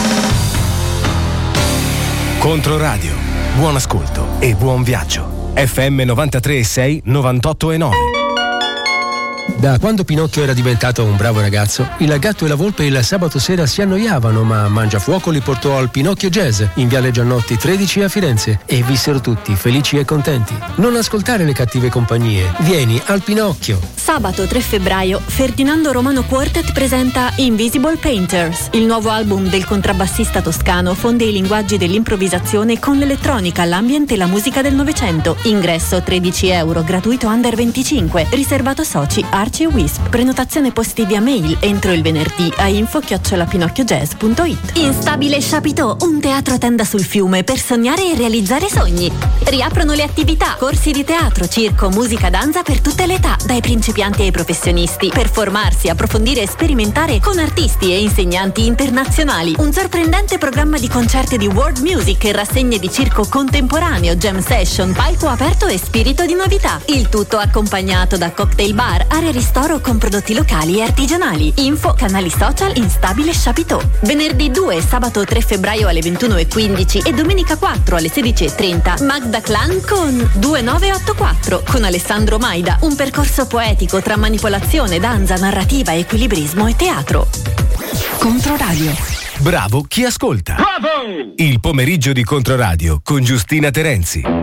J: Controradio, buon ascolto e buon viaggio. FM 93,6, 98,9.
C: Da quando Pinocchio era diventato un bravo ragazzo, il gatto e la volpe il sabato sera si annoiavano, ma Mangiafuoco li portò al Pinocchio Jazz in Viale Giannotti 13 a Firenze e vissero tutti felici e contenti. Non ascoltare le cattive compagnie, vieni al Pinocchio.
N: Sabato 3 febbraio Ferdinando Romano Quartet presenta Invisible Painters. Il nuovo album del contrabbassista toscano fonde i linguaggi dell'improvvisazione con l'elettronica, l'ambient e la musica del Novecento. Ingresso €13, gratuito under 25, riservato soci, Arci e Wisp. Prenotazione posti via mail entro il venerdì a info@pinocchiojazz.it. Instabile Chapiteau, un teatro tenda sul fiume per sognare e realizzare sogni. Riaprono le attività, corsi di teatro, circo, musica, danza per tutte le età, dai principianti ai professionisti, per formarsi, approfondire e sperimentare con artisti e insegnanti internazionali. Un sorprendente programma di concerti di world music e rassegne di circo contemporaneo, jam session, palco aperto e spirito di novità. Il tutto accompagnato da cocktail bar, area ristoro con prodotti locali e artigianali. Info, canali social, Instabile Chapiteau. Venerdì 2, sabato 3 febbraio alle 21:15 e domenica 4 alle 16:30. Magda Clan con 2984 con Alessandro Maida. Un percorso poetico tra manipolazione, danza, narrativa, equilibrismo e teatro.
J: Controradio. Bravo chi ascolta. Bravo! Il pomeriggio di Controradio con Giustina Terenzi.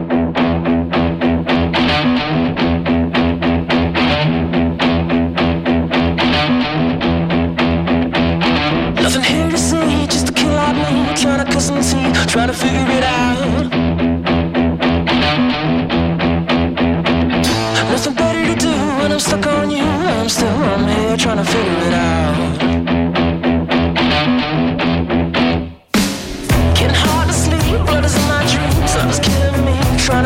H: Trying to cut some teeth, trying to figure it out. Nothing better to do when I'm stuck on you. I'm here trying to figure it out. Getting hard to sleep, blood is in my dreams. Love is killing me, trying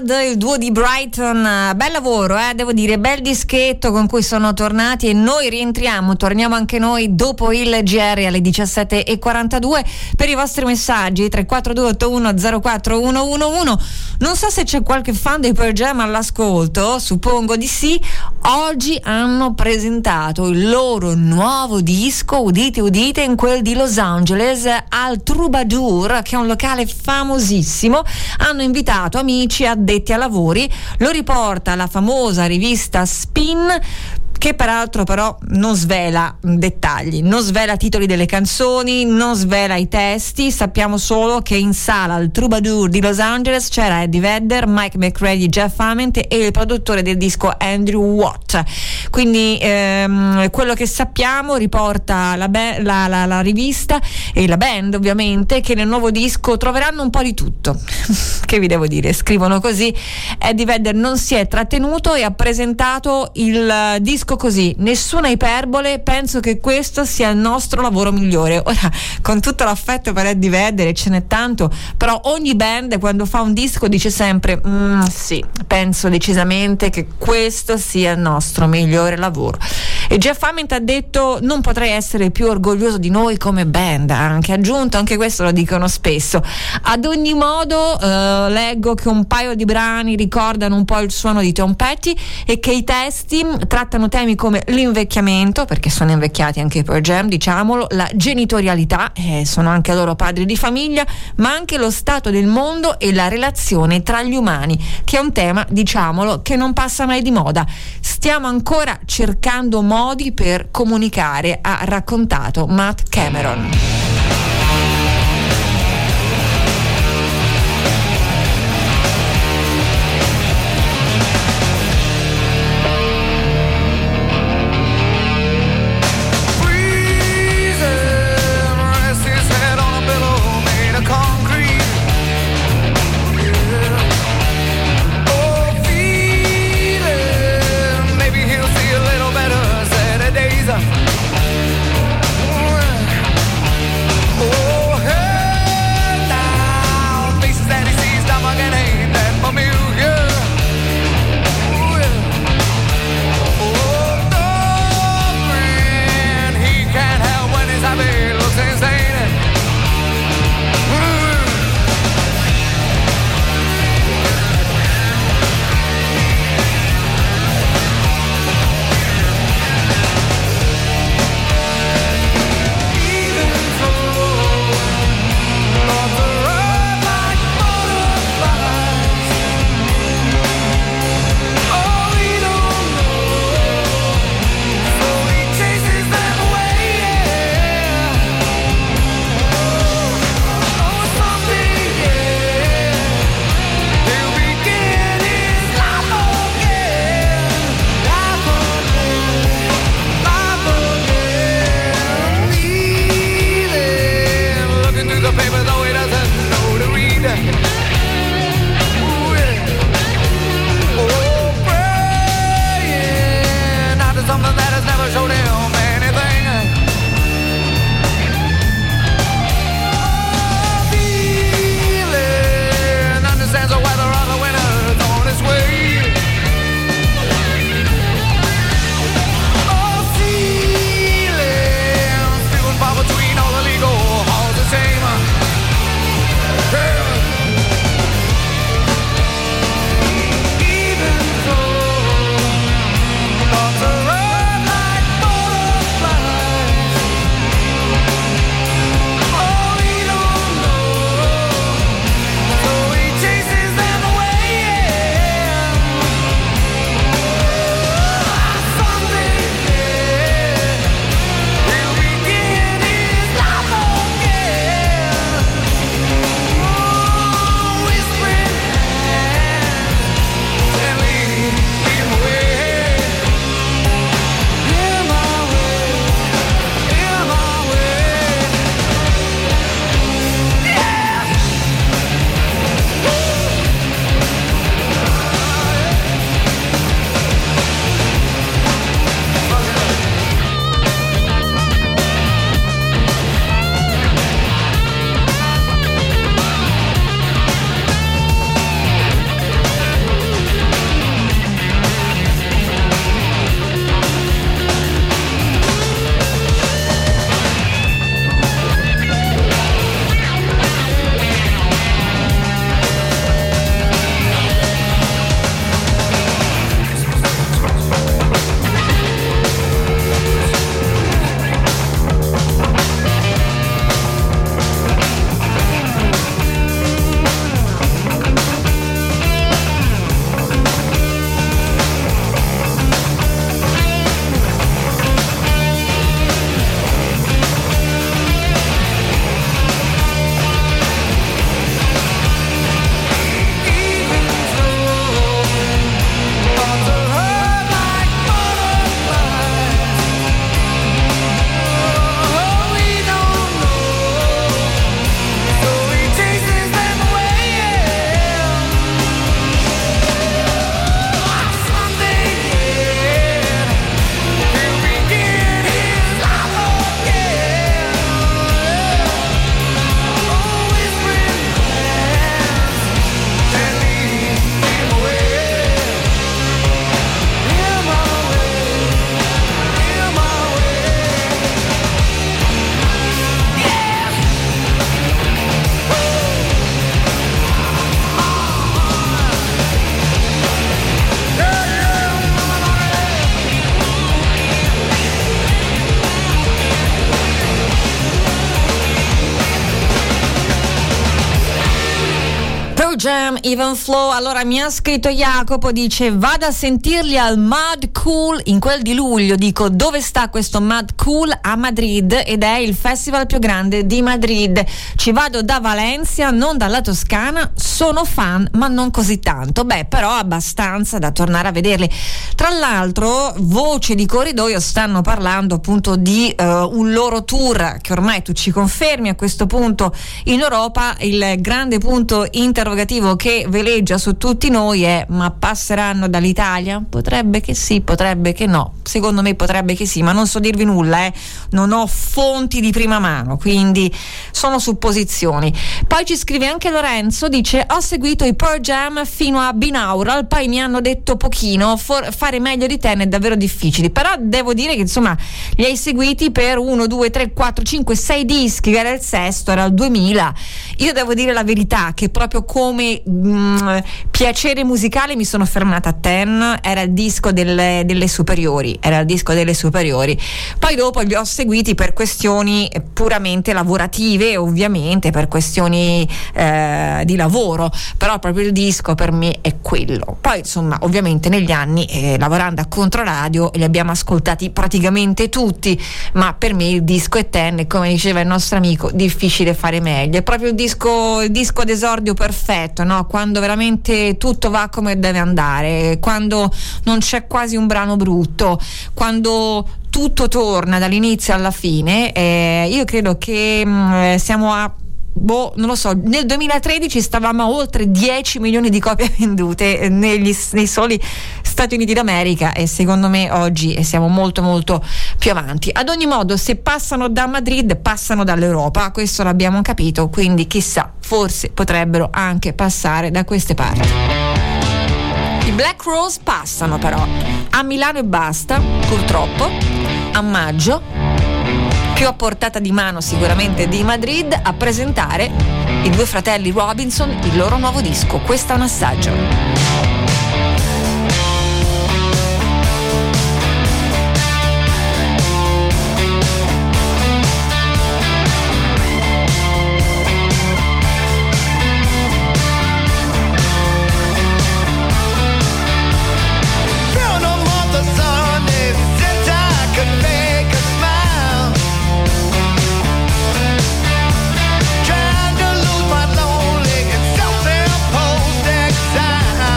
E: World, il duo di Brighton. Bel lavoro, devo dire, bel dischetto con cui sono tornati, e noi torniamo anche noi dopo il GR alle 17:42 per i vostri messaggi 34281 04111. Non so se c'è qualche fan dei Pearl Jam all'ascolto, suppongo di sì. Oggi hanno presentato il loro nuovo disco, udite udite, in quel di Los Angeles al Troubadour, che è un locale famosissimo. Hanno invitato amici addetti ai lavori, lo riporta la famosa rivista Spin, che peraltro però non svela dettagli, non svela titoli delle canzoni, non svela i testi. Sappiamo solo che in sala al Troubadour di Los Angeles c'era Eddie Vedder, Mike McCready, Jeff Ament e il produttore del disco Andrew Watt. Quindi quello che sappiamo riporta la rivista e la band, ovviamente, che nel nuovo disco troveranno un po' di tutto. Che vi devo dire, scrivono così. Eddie Vedder non si è trattenuto e ha presentato il disco così: nessuna iperbole, penso che questo sia il nostro lavoro migliore. Ora, con tutto l'affetto per Eddie Vedder, e ce n'è tanto, però ogni band quando fa un disco dice sempre sì, penso decisamente che questo sia il nostro migliore lavoro. E Jeff Ament ha detto: non potrei essere più orgoglioso di noi come band, ha anche aggiunto, anche questo lo dicono spesso. Ad ogni modo leggo che un paio di brani ricordano un po' il suono di Tom Petty e che i testi trattano temi come l'invecchiamento, perché sono invecchiati anche i Pearl Jam, diciamolo, la genitorialità, sono anche loro padri di famiglia, ma anche lo stato del mondo e la relazione tra gli umani, che è un tema, diciamolo, che non passa mai di moda. Stiamo ancora cercando modi per comunicare, ha raccontato Matt Cameron. Jam, Even Flow. Allora mi ha scritto Jacopo, dice vado a sentirli al Mad Cool in quel di luglio. Dico, dove sta questo Mad Cool? A Madrid, ed è il festival più grande di Madrid. Ci vado da Valencia, non dalla Toscana. Sono fan, ma non così tanto. Beh, però abbastanza da tornare a vederli. Tra l'altro, voci di corridoio stanno parlando appunto di un loro tour, che ormai tu ci confermi a questo punto in Europa. Il grande punto interrogativo che veleggia su tutti noi è: ma passeranno dall'Italia? Potrebbe che sì, potrebbe che no. Secondo me potrebbe che sì, ma non so dirvi nulla, non ho fonti di prima mano, quindi sono supposizioni. Poi ci scrive anche Lorenzo, dice ho seguito i Pearl Jam fino a Binaural, poi mi hanno detto pochino, fare meglio di te è davvero difficile, però devo dire che insomma li hai seguiti per 1, 2, 3, 4, 5, 6 dischi, che era il sesto, era il 2000. Io devo dire la verità che proprio come piacere musicale mi sono fermata a Ten, era il disco delle superiori, poi dopo li ho seguiti per questioni puramente lavorative, ovviamente per questioni di lavoro, però proprio il disco per me è quello. Poi insomma ovviamente negli anni lavorando a Controradio li abbiamo ascoltati praticamente tutti, ma per me il disco è Ten, e come diceva il nostro amico, difficile fare meglio, è proprio il disco d'esordio perfetto, no? Quando veramente tutto va come deve andare, quando non c'è quasi un brano brutto, quando tutto torna dall'inizio alla fine. Io credo che siamo a non lo so, nel 2013 stavamo a oltre 10 milioni di copie vendute nei soli Stati Uniti d'America, e secondo me oggi siamo molto molto più avanti. Ad ogni modo, se passano da Madrid passano dall'Europa, questo l'abbiamo capito, quindi chissà, forse potrebbero anche passare da queste parti. I Black Rose passano però a Milano e basta, purtroppo, a maggio, più a portata di mano sicuramente di Madrid, a presentare i due fratelli Robinson il loro nuovo disco. Questo è un assaggio.
H: Trying to lose my lonely and self-imposed exile.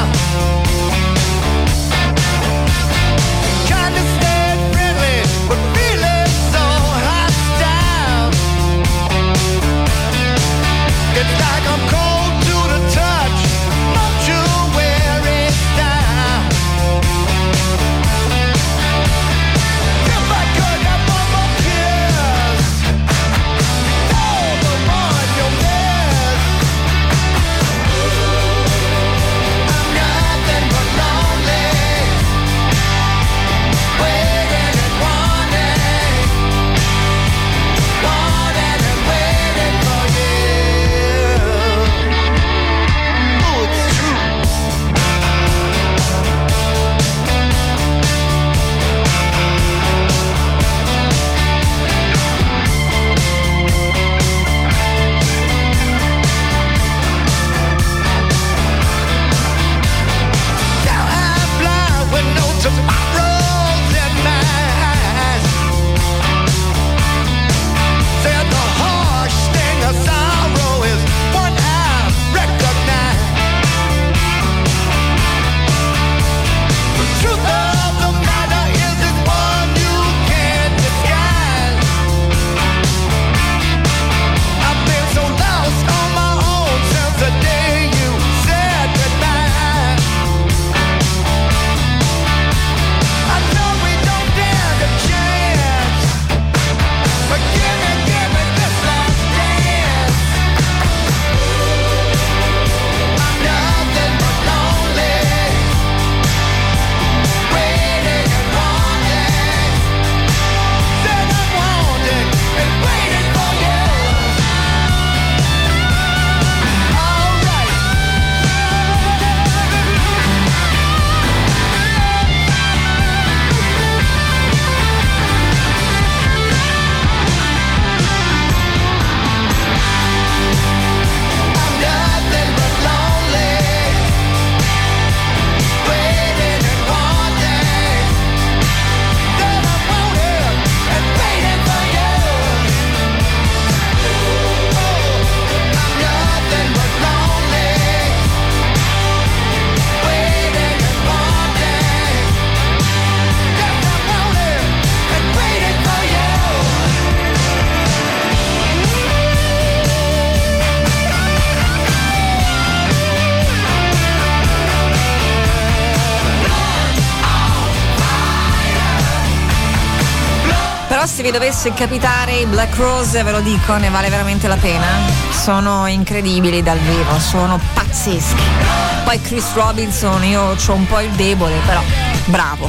E: Però se vi dovesse capitare i Black Rose, ve lo dico, ne vale veramente la pena. Sono incredibili dal vivo, sono pazzeschi. Poi Chris Robinson, io c'ho un po' il debole, però bravo.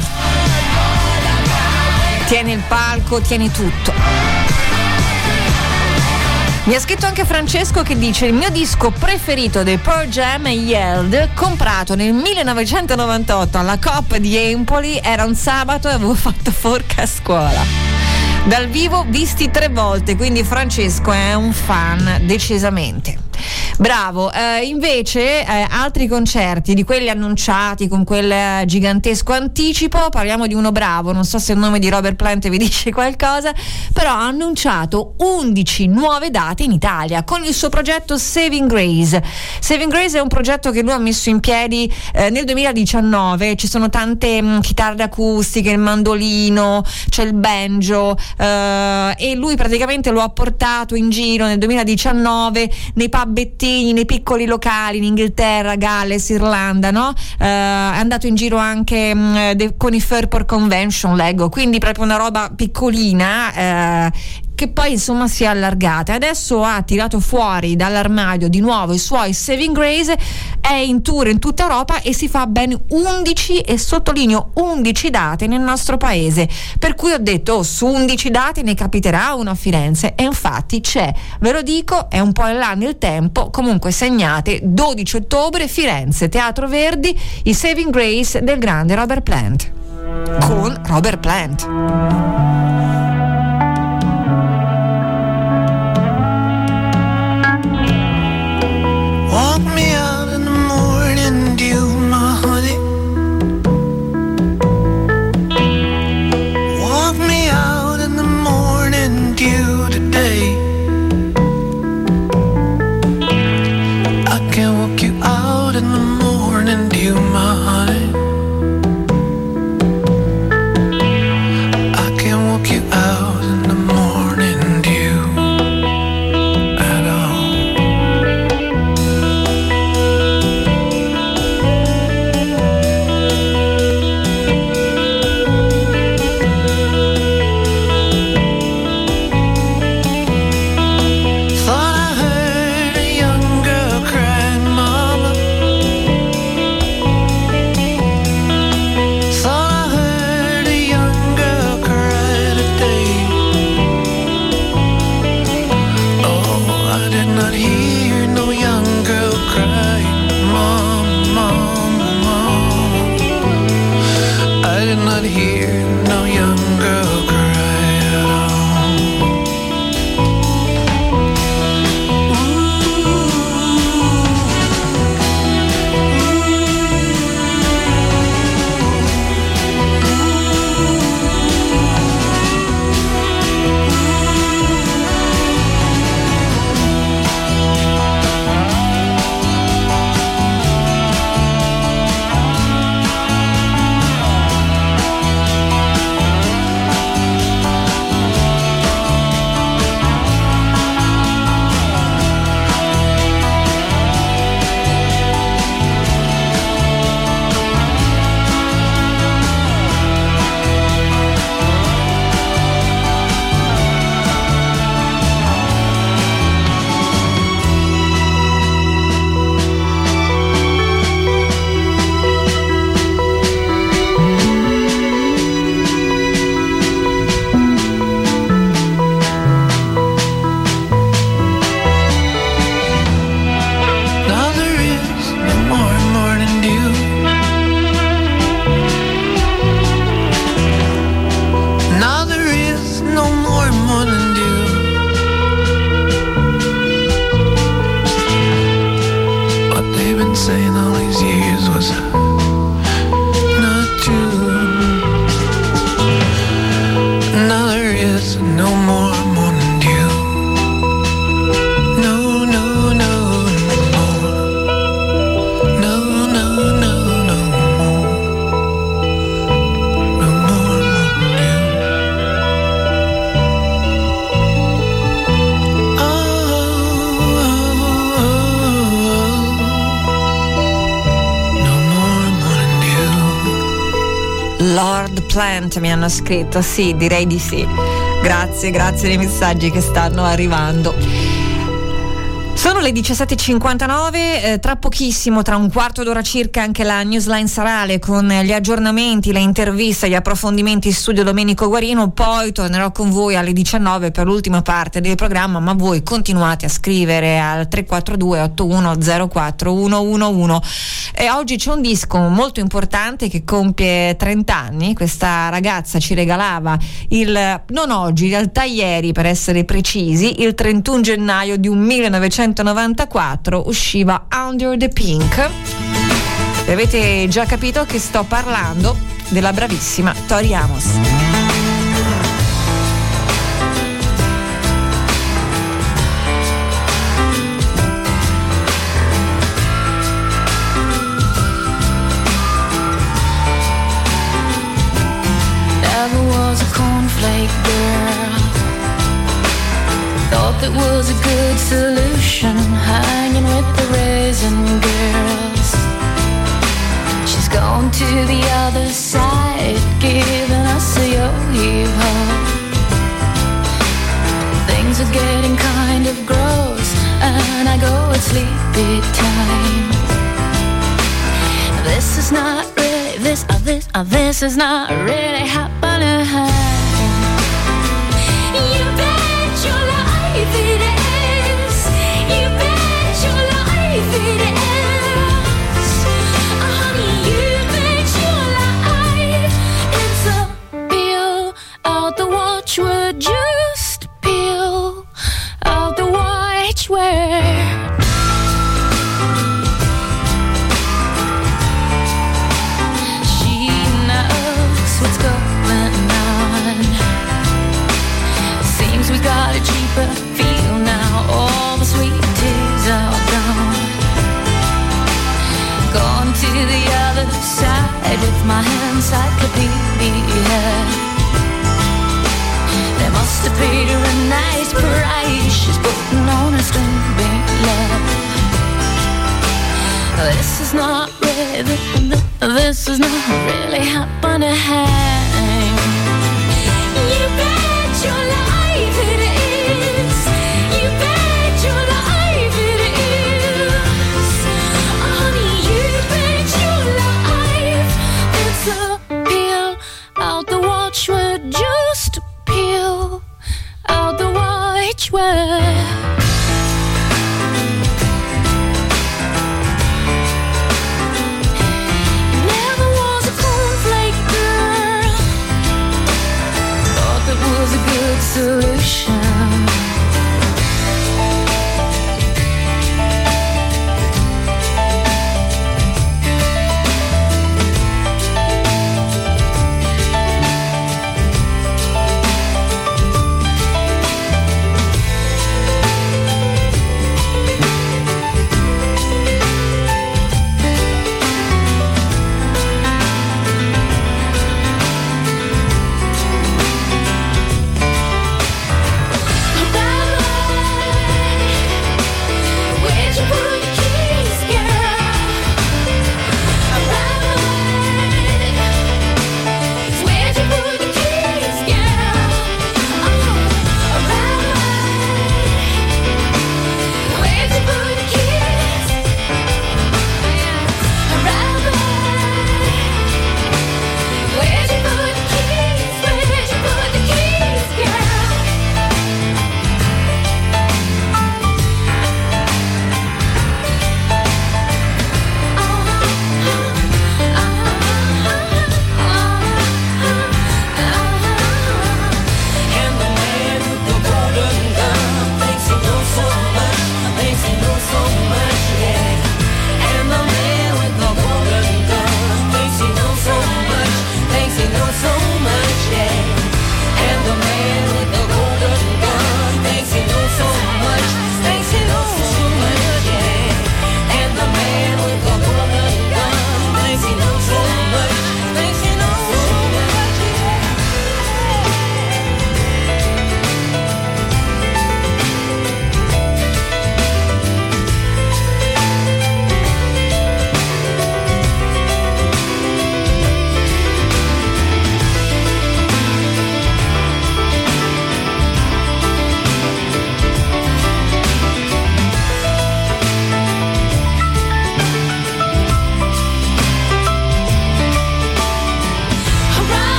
E: Tiene il palco, tieni tutto. Mi ha scritto anche Francesco che dice: il mio disco preferito dei Pearl Jam è Yelled, comprato nel 1998 alla Coop di Empoli, era un sabato e avevo fatto forca a scuola. Dal vivo visti 3 volte, quindi Francesco è un fan decisamente. Bravo. Invece altri concerti di quelli annunciati con quel gigantesco anticipo, parliamo di uno bravo, non so se il nome di Robert Plant vi dice qualcosa, però ha annunciato 11 nuove date in Italia con il suo progetto Saving Grace. Saving Grace è un progetto che lui ha messo in piedi nel 2019, ci sono tante chitarre acustiche, il mandolino, c'è il banjo, e lui praticamente lo ha portato in giro nel 2019 nei pubbettini, nei piccoli locali in Inghilterra, Galles, Irlanda, no? È andato in giro anche con i Fairport Convention, leggo, quindi proprio una roba piccolina, che poi insomma si è allargata. Adesso ha tirato fuori dall'armadio di nuovo i suoi Saving Grace, è in tour in tutta Europa e si fa ben 11, e sottolineo 11 date nel nostro paese, per cui ho detto su 11 date ne capiterà una a Firenze, e infatti c'è, ve lo dico, è un po' in là nel tempo, comunque segnate 12 ottobre Firenze, Teatro Verdi, i Saving Grace del grande Robert Plant con Robert Plant.
H: Walk me out in the morning dew, my honey. Walk me out in the morning dew today. I can walk you out in the morning dew, my honey. I can walk you out in the morning dew at all.
E: Lord Plant mi hanno scritto, sì, direi di sì. Grazie dei messaggi che stanno arrivando. Sono le 17.59, tra pochissimo, tra un quarto d'ora circa, anche la newsline serale con gli aggiornamenti, le interviste, gli approfondimenti in studio Domenico Guarino. Poi tornerò con voi alle 19 per l'ultima parte del programma, ma voi continuate a scrivere al 342 8104 111. E oggi c'è un disco molto importante che compie 30 anni. Questa ragazza ci regalava non oggi, in realtà ieri per essere precisi, il 31 gennaio di un 1994 usciva Under the Pink. E avete già capito che sto parlando della bravissima Tori Amos.
I: Never was a cornflake girl. Thought that was a good solution, hanging with the raisin girls. She's gone to the other side, giving us a yo-yo. Things are getting kind of gross, and I go at sleepy time. This is not really, this is not really happening. You bet your life it is. You bet your life it is. Honey, you bet your life. It's a peel out the watchword. Just peel out the watchword. She knows what's going on. Seems we got a cheaper feel now. All the sweet teas are gone. Gone to the other side with my encyclopedia. They must have paid her a nice price. She's putting on a string love. This is not really, this is not really happening. You bet your life it is. You bet your life it is. Honey, you bet your life. It's a peel out the watchword. Just peel out the watchword. Never was a cornflake girl. Thought that was a good solution.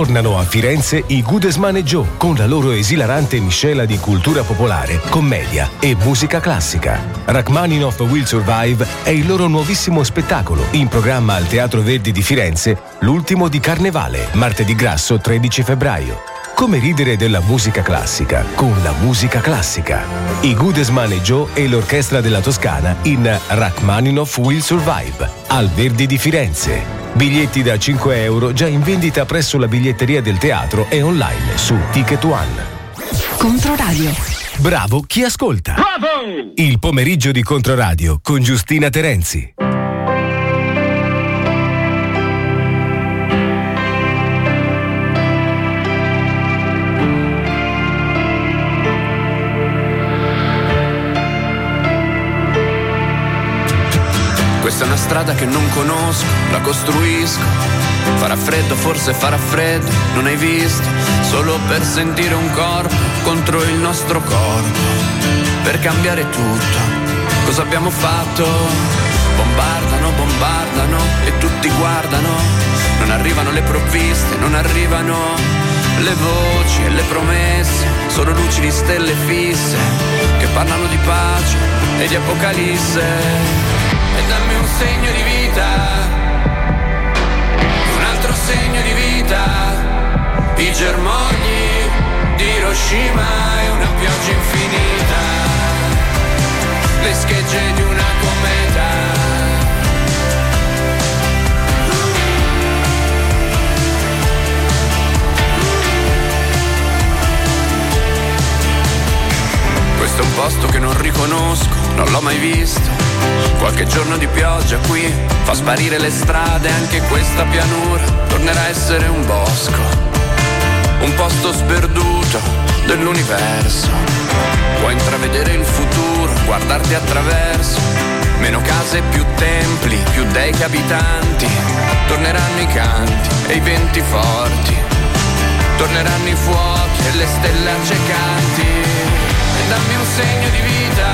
J: Tornano a Firenze i Goodesman e Joe con la loro esilarante miscela di cultura popolare, commedia e musica classica. Rachmaninoff Will Survive è il loro nuovissimo spettacolo in programma al Teatro Verdi di Firenze, l'ultimo di Carnevale, martedì grasso 13 febbraio. Come ridere della musica classica con la musica classica. I Goodesman e Joe e l'Orchestra della Toscana in Rachmaninoff Will Survive al Verdi di Firenze. Biglietti da €5 già in vendita presso la biglietteria del teatro e online su Ticket One.
K: Controradio.
J: Bravo chi ascolta.
B: Bravo!
J: Il pomeriggio di Controradio con Giustina Terenzi.
L: Questa è una strada che non conosco, la costruisco. Farà freddo, forse farà freddo, non hai visto? Solo per sentire un corpo contro il nostro corpo. Per cambiare tutto, cosa abbiamo fatto? Bombardano, bombardano e tutti guardano. Non arrivano le provviste, non arrivano le voci e le promesse. Solo luci di stelle fisse che parlano di pace e di apocalisse. E dammi un segno di vita, un altro segno di vita, i germogli di Hiroshima e una pioggia infinita, le schegge di una cometa. Questo è un posto che non riconosco, non l'ho mai visto. Qualche giorno di pioggia qui fa sparire le strade, anche questa pianura tornerà a essere un bosco, un posto sperduto dell'universo. Puoi intravedere il futuro, guardarti attraverso. Meno case, più templi, più dei che abitanti. Torneranno i canti e i venti forti, torneranno i fuochi e le stelle accecanti. E dammi un segno di vita,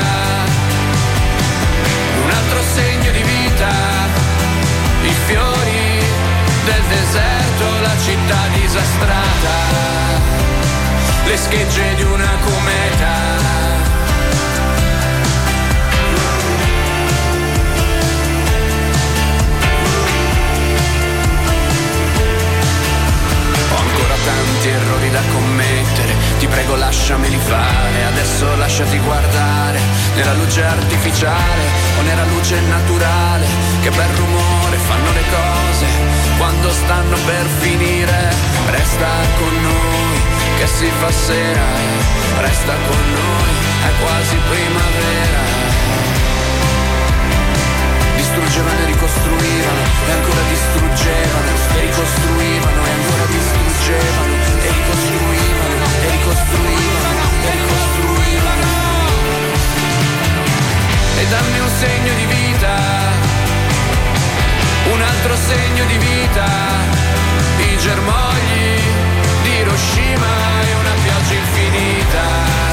L: un altro segno di vita, i fiori del deserto, la città disastrata, le schegge di una cometa. Ho ancora tanti errori da commettere, ti prego lasciameli fare, adesso lasciati guardare nella luce artificiale o nella luce naturale. Che bel rumore fanno le cose quando stanno per finire. Resta con noi che si fa sera, resta con noi, è quasi primavera. Distruggevano e ricostruivano e ancora distruggevano e ricostruivano e ancora distruggevano e ricostruivano e ricostruivano e ricostruivano. E dammi un segno di vita, un altro segno di vita, i germogli di Hiroshima e una pioggia infinita.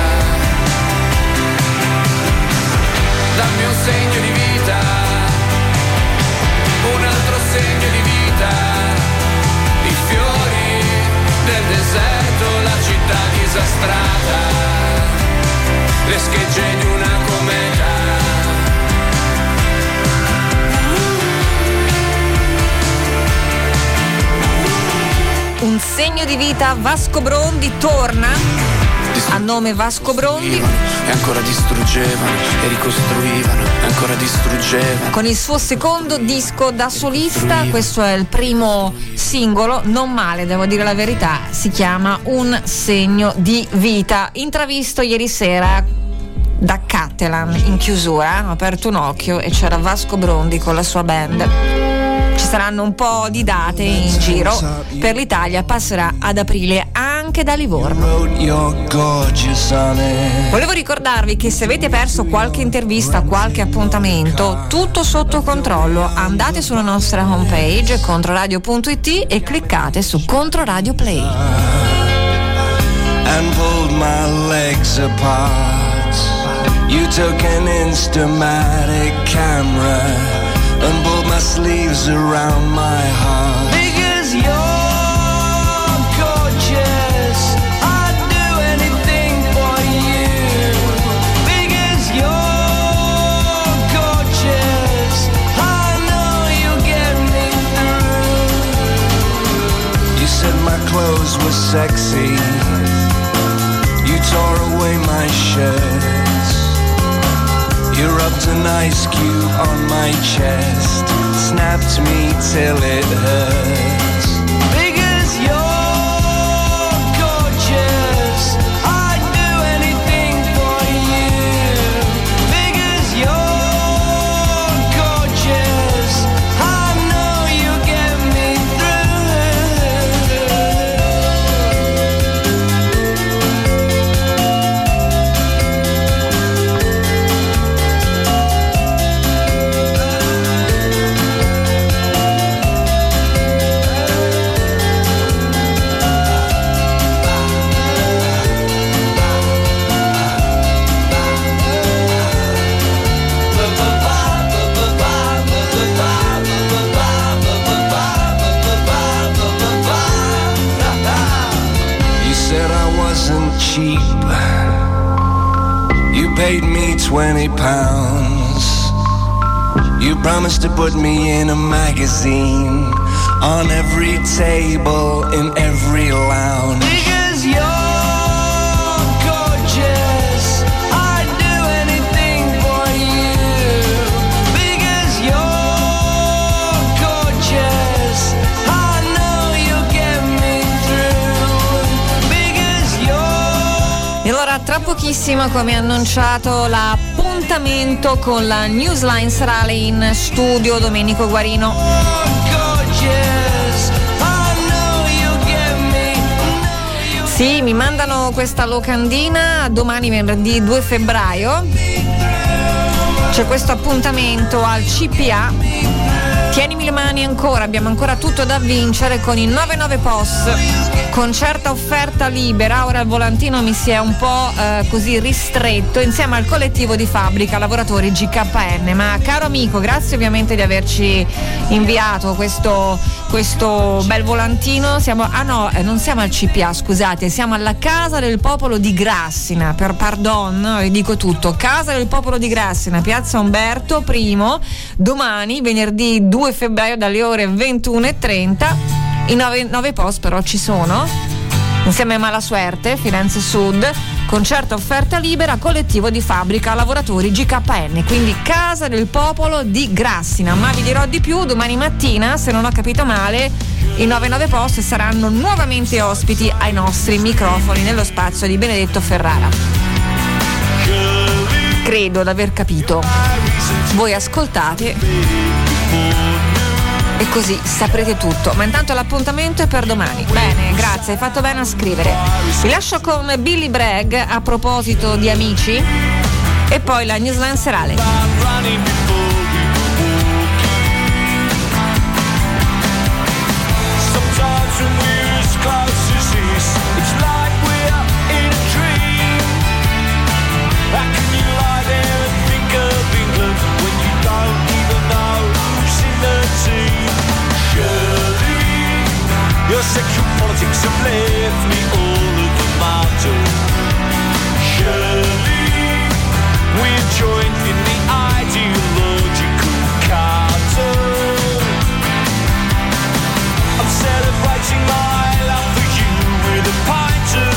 L: Dammi un segno di vita, un altro segno di vita, i fiori del deserto, la città disastrata, le schegge di una cometa.
E: Un segno di vita, Vasco Brondi torna. A nome Vasco Brondi.
L: E ancora distruggevano e ricostruivano e ancora distruggevano.
E: Con il suo secondo disco da solista, questo è il primo singolo, non male, devo dire la verità, si chiama Un segno di vita. Intravisto ieri sera da Catalan in chiusura, ho aperto un occhio e c'era Vasco Brondi con la sua band. Ci saranno un po' di date in giro per l'Italia, passerà ad aprile anche da Livorno. Volevo ricordarvi che se avete perso qualche intervista, qualche appuntamento, tutto sotto controllo, andate sulla nostra homepage controradio.it e cliccate su Controradio Play.
H: And pulled my legs apart. You took an Instamatic camera and pulled my sleeves around my heart. Because you're gorgeous. You rubbed an ice cube on my chest, snapped me till it hurts. Because you're gorgeous, I'd do anything for you. Because you're gorgeous, I know you get me cheap. You paid me £20. You promised to put me in a magazine, on every table, in every lounge. Because you're gorgeous, I'd do anything for you. Because you're gorgeous, I know you'll get me through. Because you're...
E: E allora tra pochissimo, come annunciato, l'appuntamento con la Newsline serale in studio, Domenico Guarino. Sì, mi mandano questa locandina. Domani, venerdì 2 febbraio, c'è questo appuntamento al CPA. Tienimi le mani ancora, abbiamo ancora tutto da vincere con il 99 POS, concerta offerta libera. Ora il volantino mi si è un po' così ristretto, insieme al collettivo di fabbrica lavoratori GKN. Ma caro amico, grazie ovviamente di averci inviato questo bel volantino. Non siamo al CPA, scusate, siamo alla Casa del Popolo di Grassina, dico tutto, Casa del Popolo di Grassina, piazza Umberto I, domani venerdì 2 febbraio dalle ore 21:30. I 9 post però ci sono, insieme a Malasuerte, Firenze Sud, concerto offerta libera, collettivo di fabbrica lavoratori GKN, quindi Casa del Popolo di Grassina. Ma vi dirò di più domani mattina, se non ho capito male. I 99 post saranno nuovamente ospiti ai nostri microfoni nello spazio di Benedetto Ferrara. Credo d'aver capito. Voi ascoltate e così saprete tutto. Ma intanto l'appuntamento è per domani. Bene, grazie, hai fatto bene a scrivere. Vi lascio con Billy Bragg a proposito di amici e poi la Newsline serale.
H: Your sexual politics have left me all of the motto. Surely we're joined in the ideological cartel. I'm celebrating my love for you with a pint of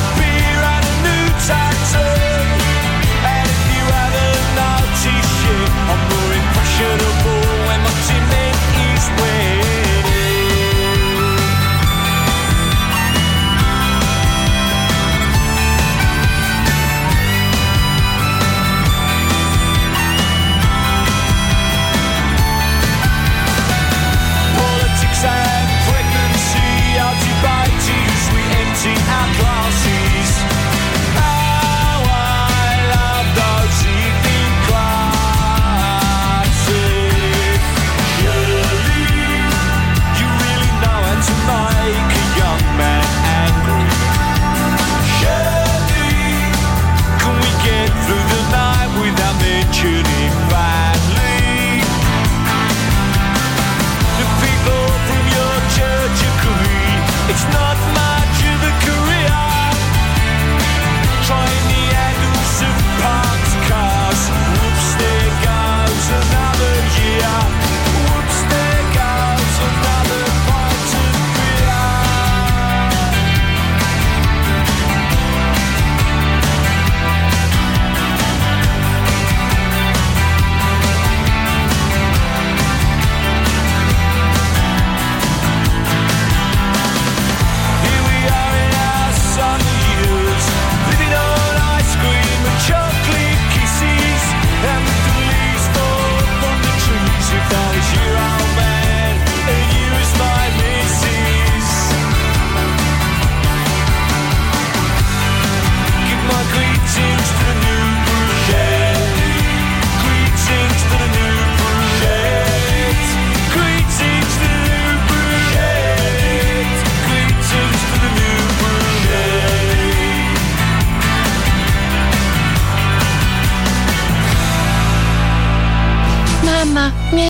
I: ma mi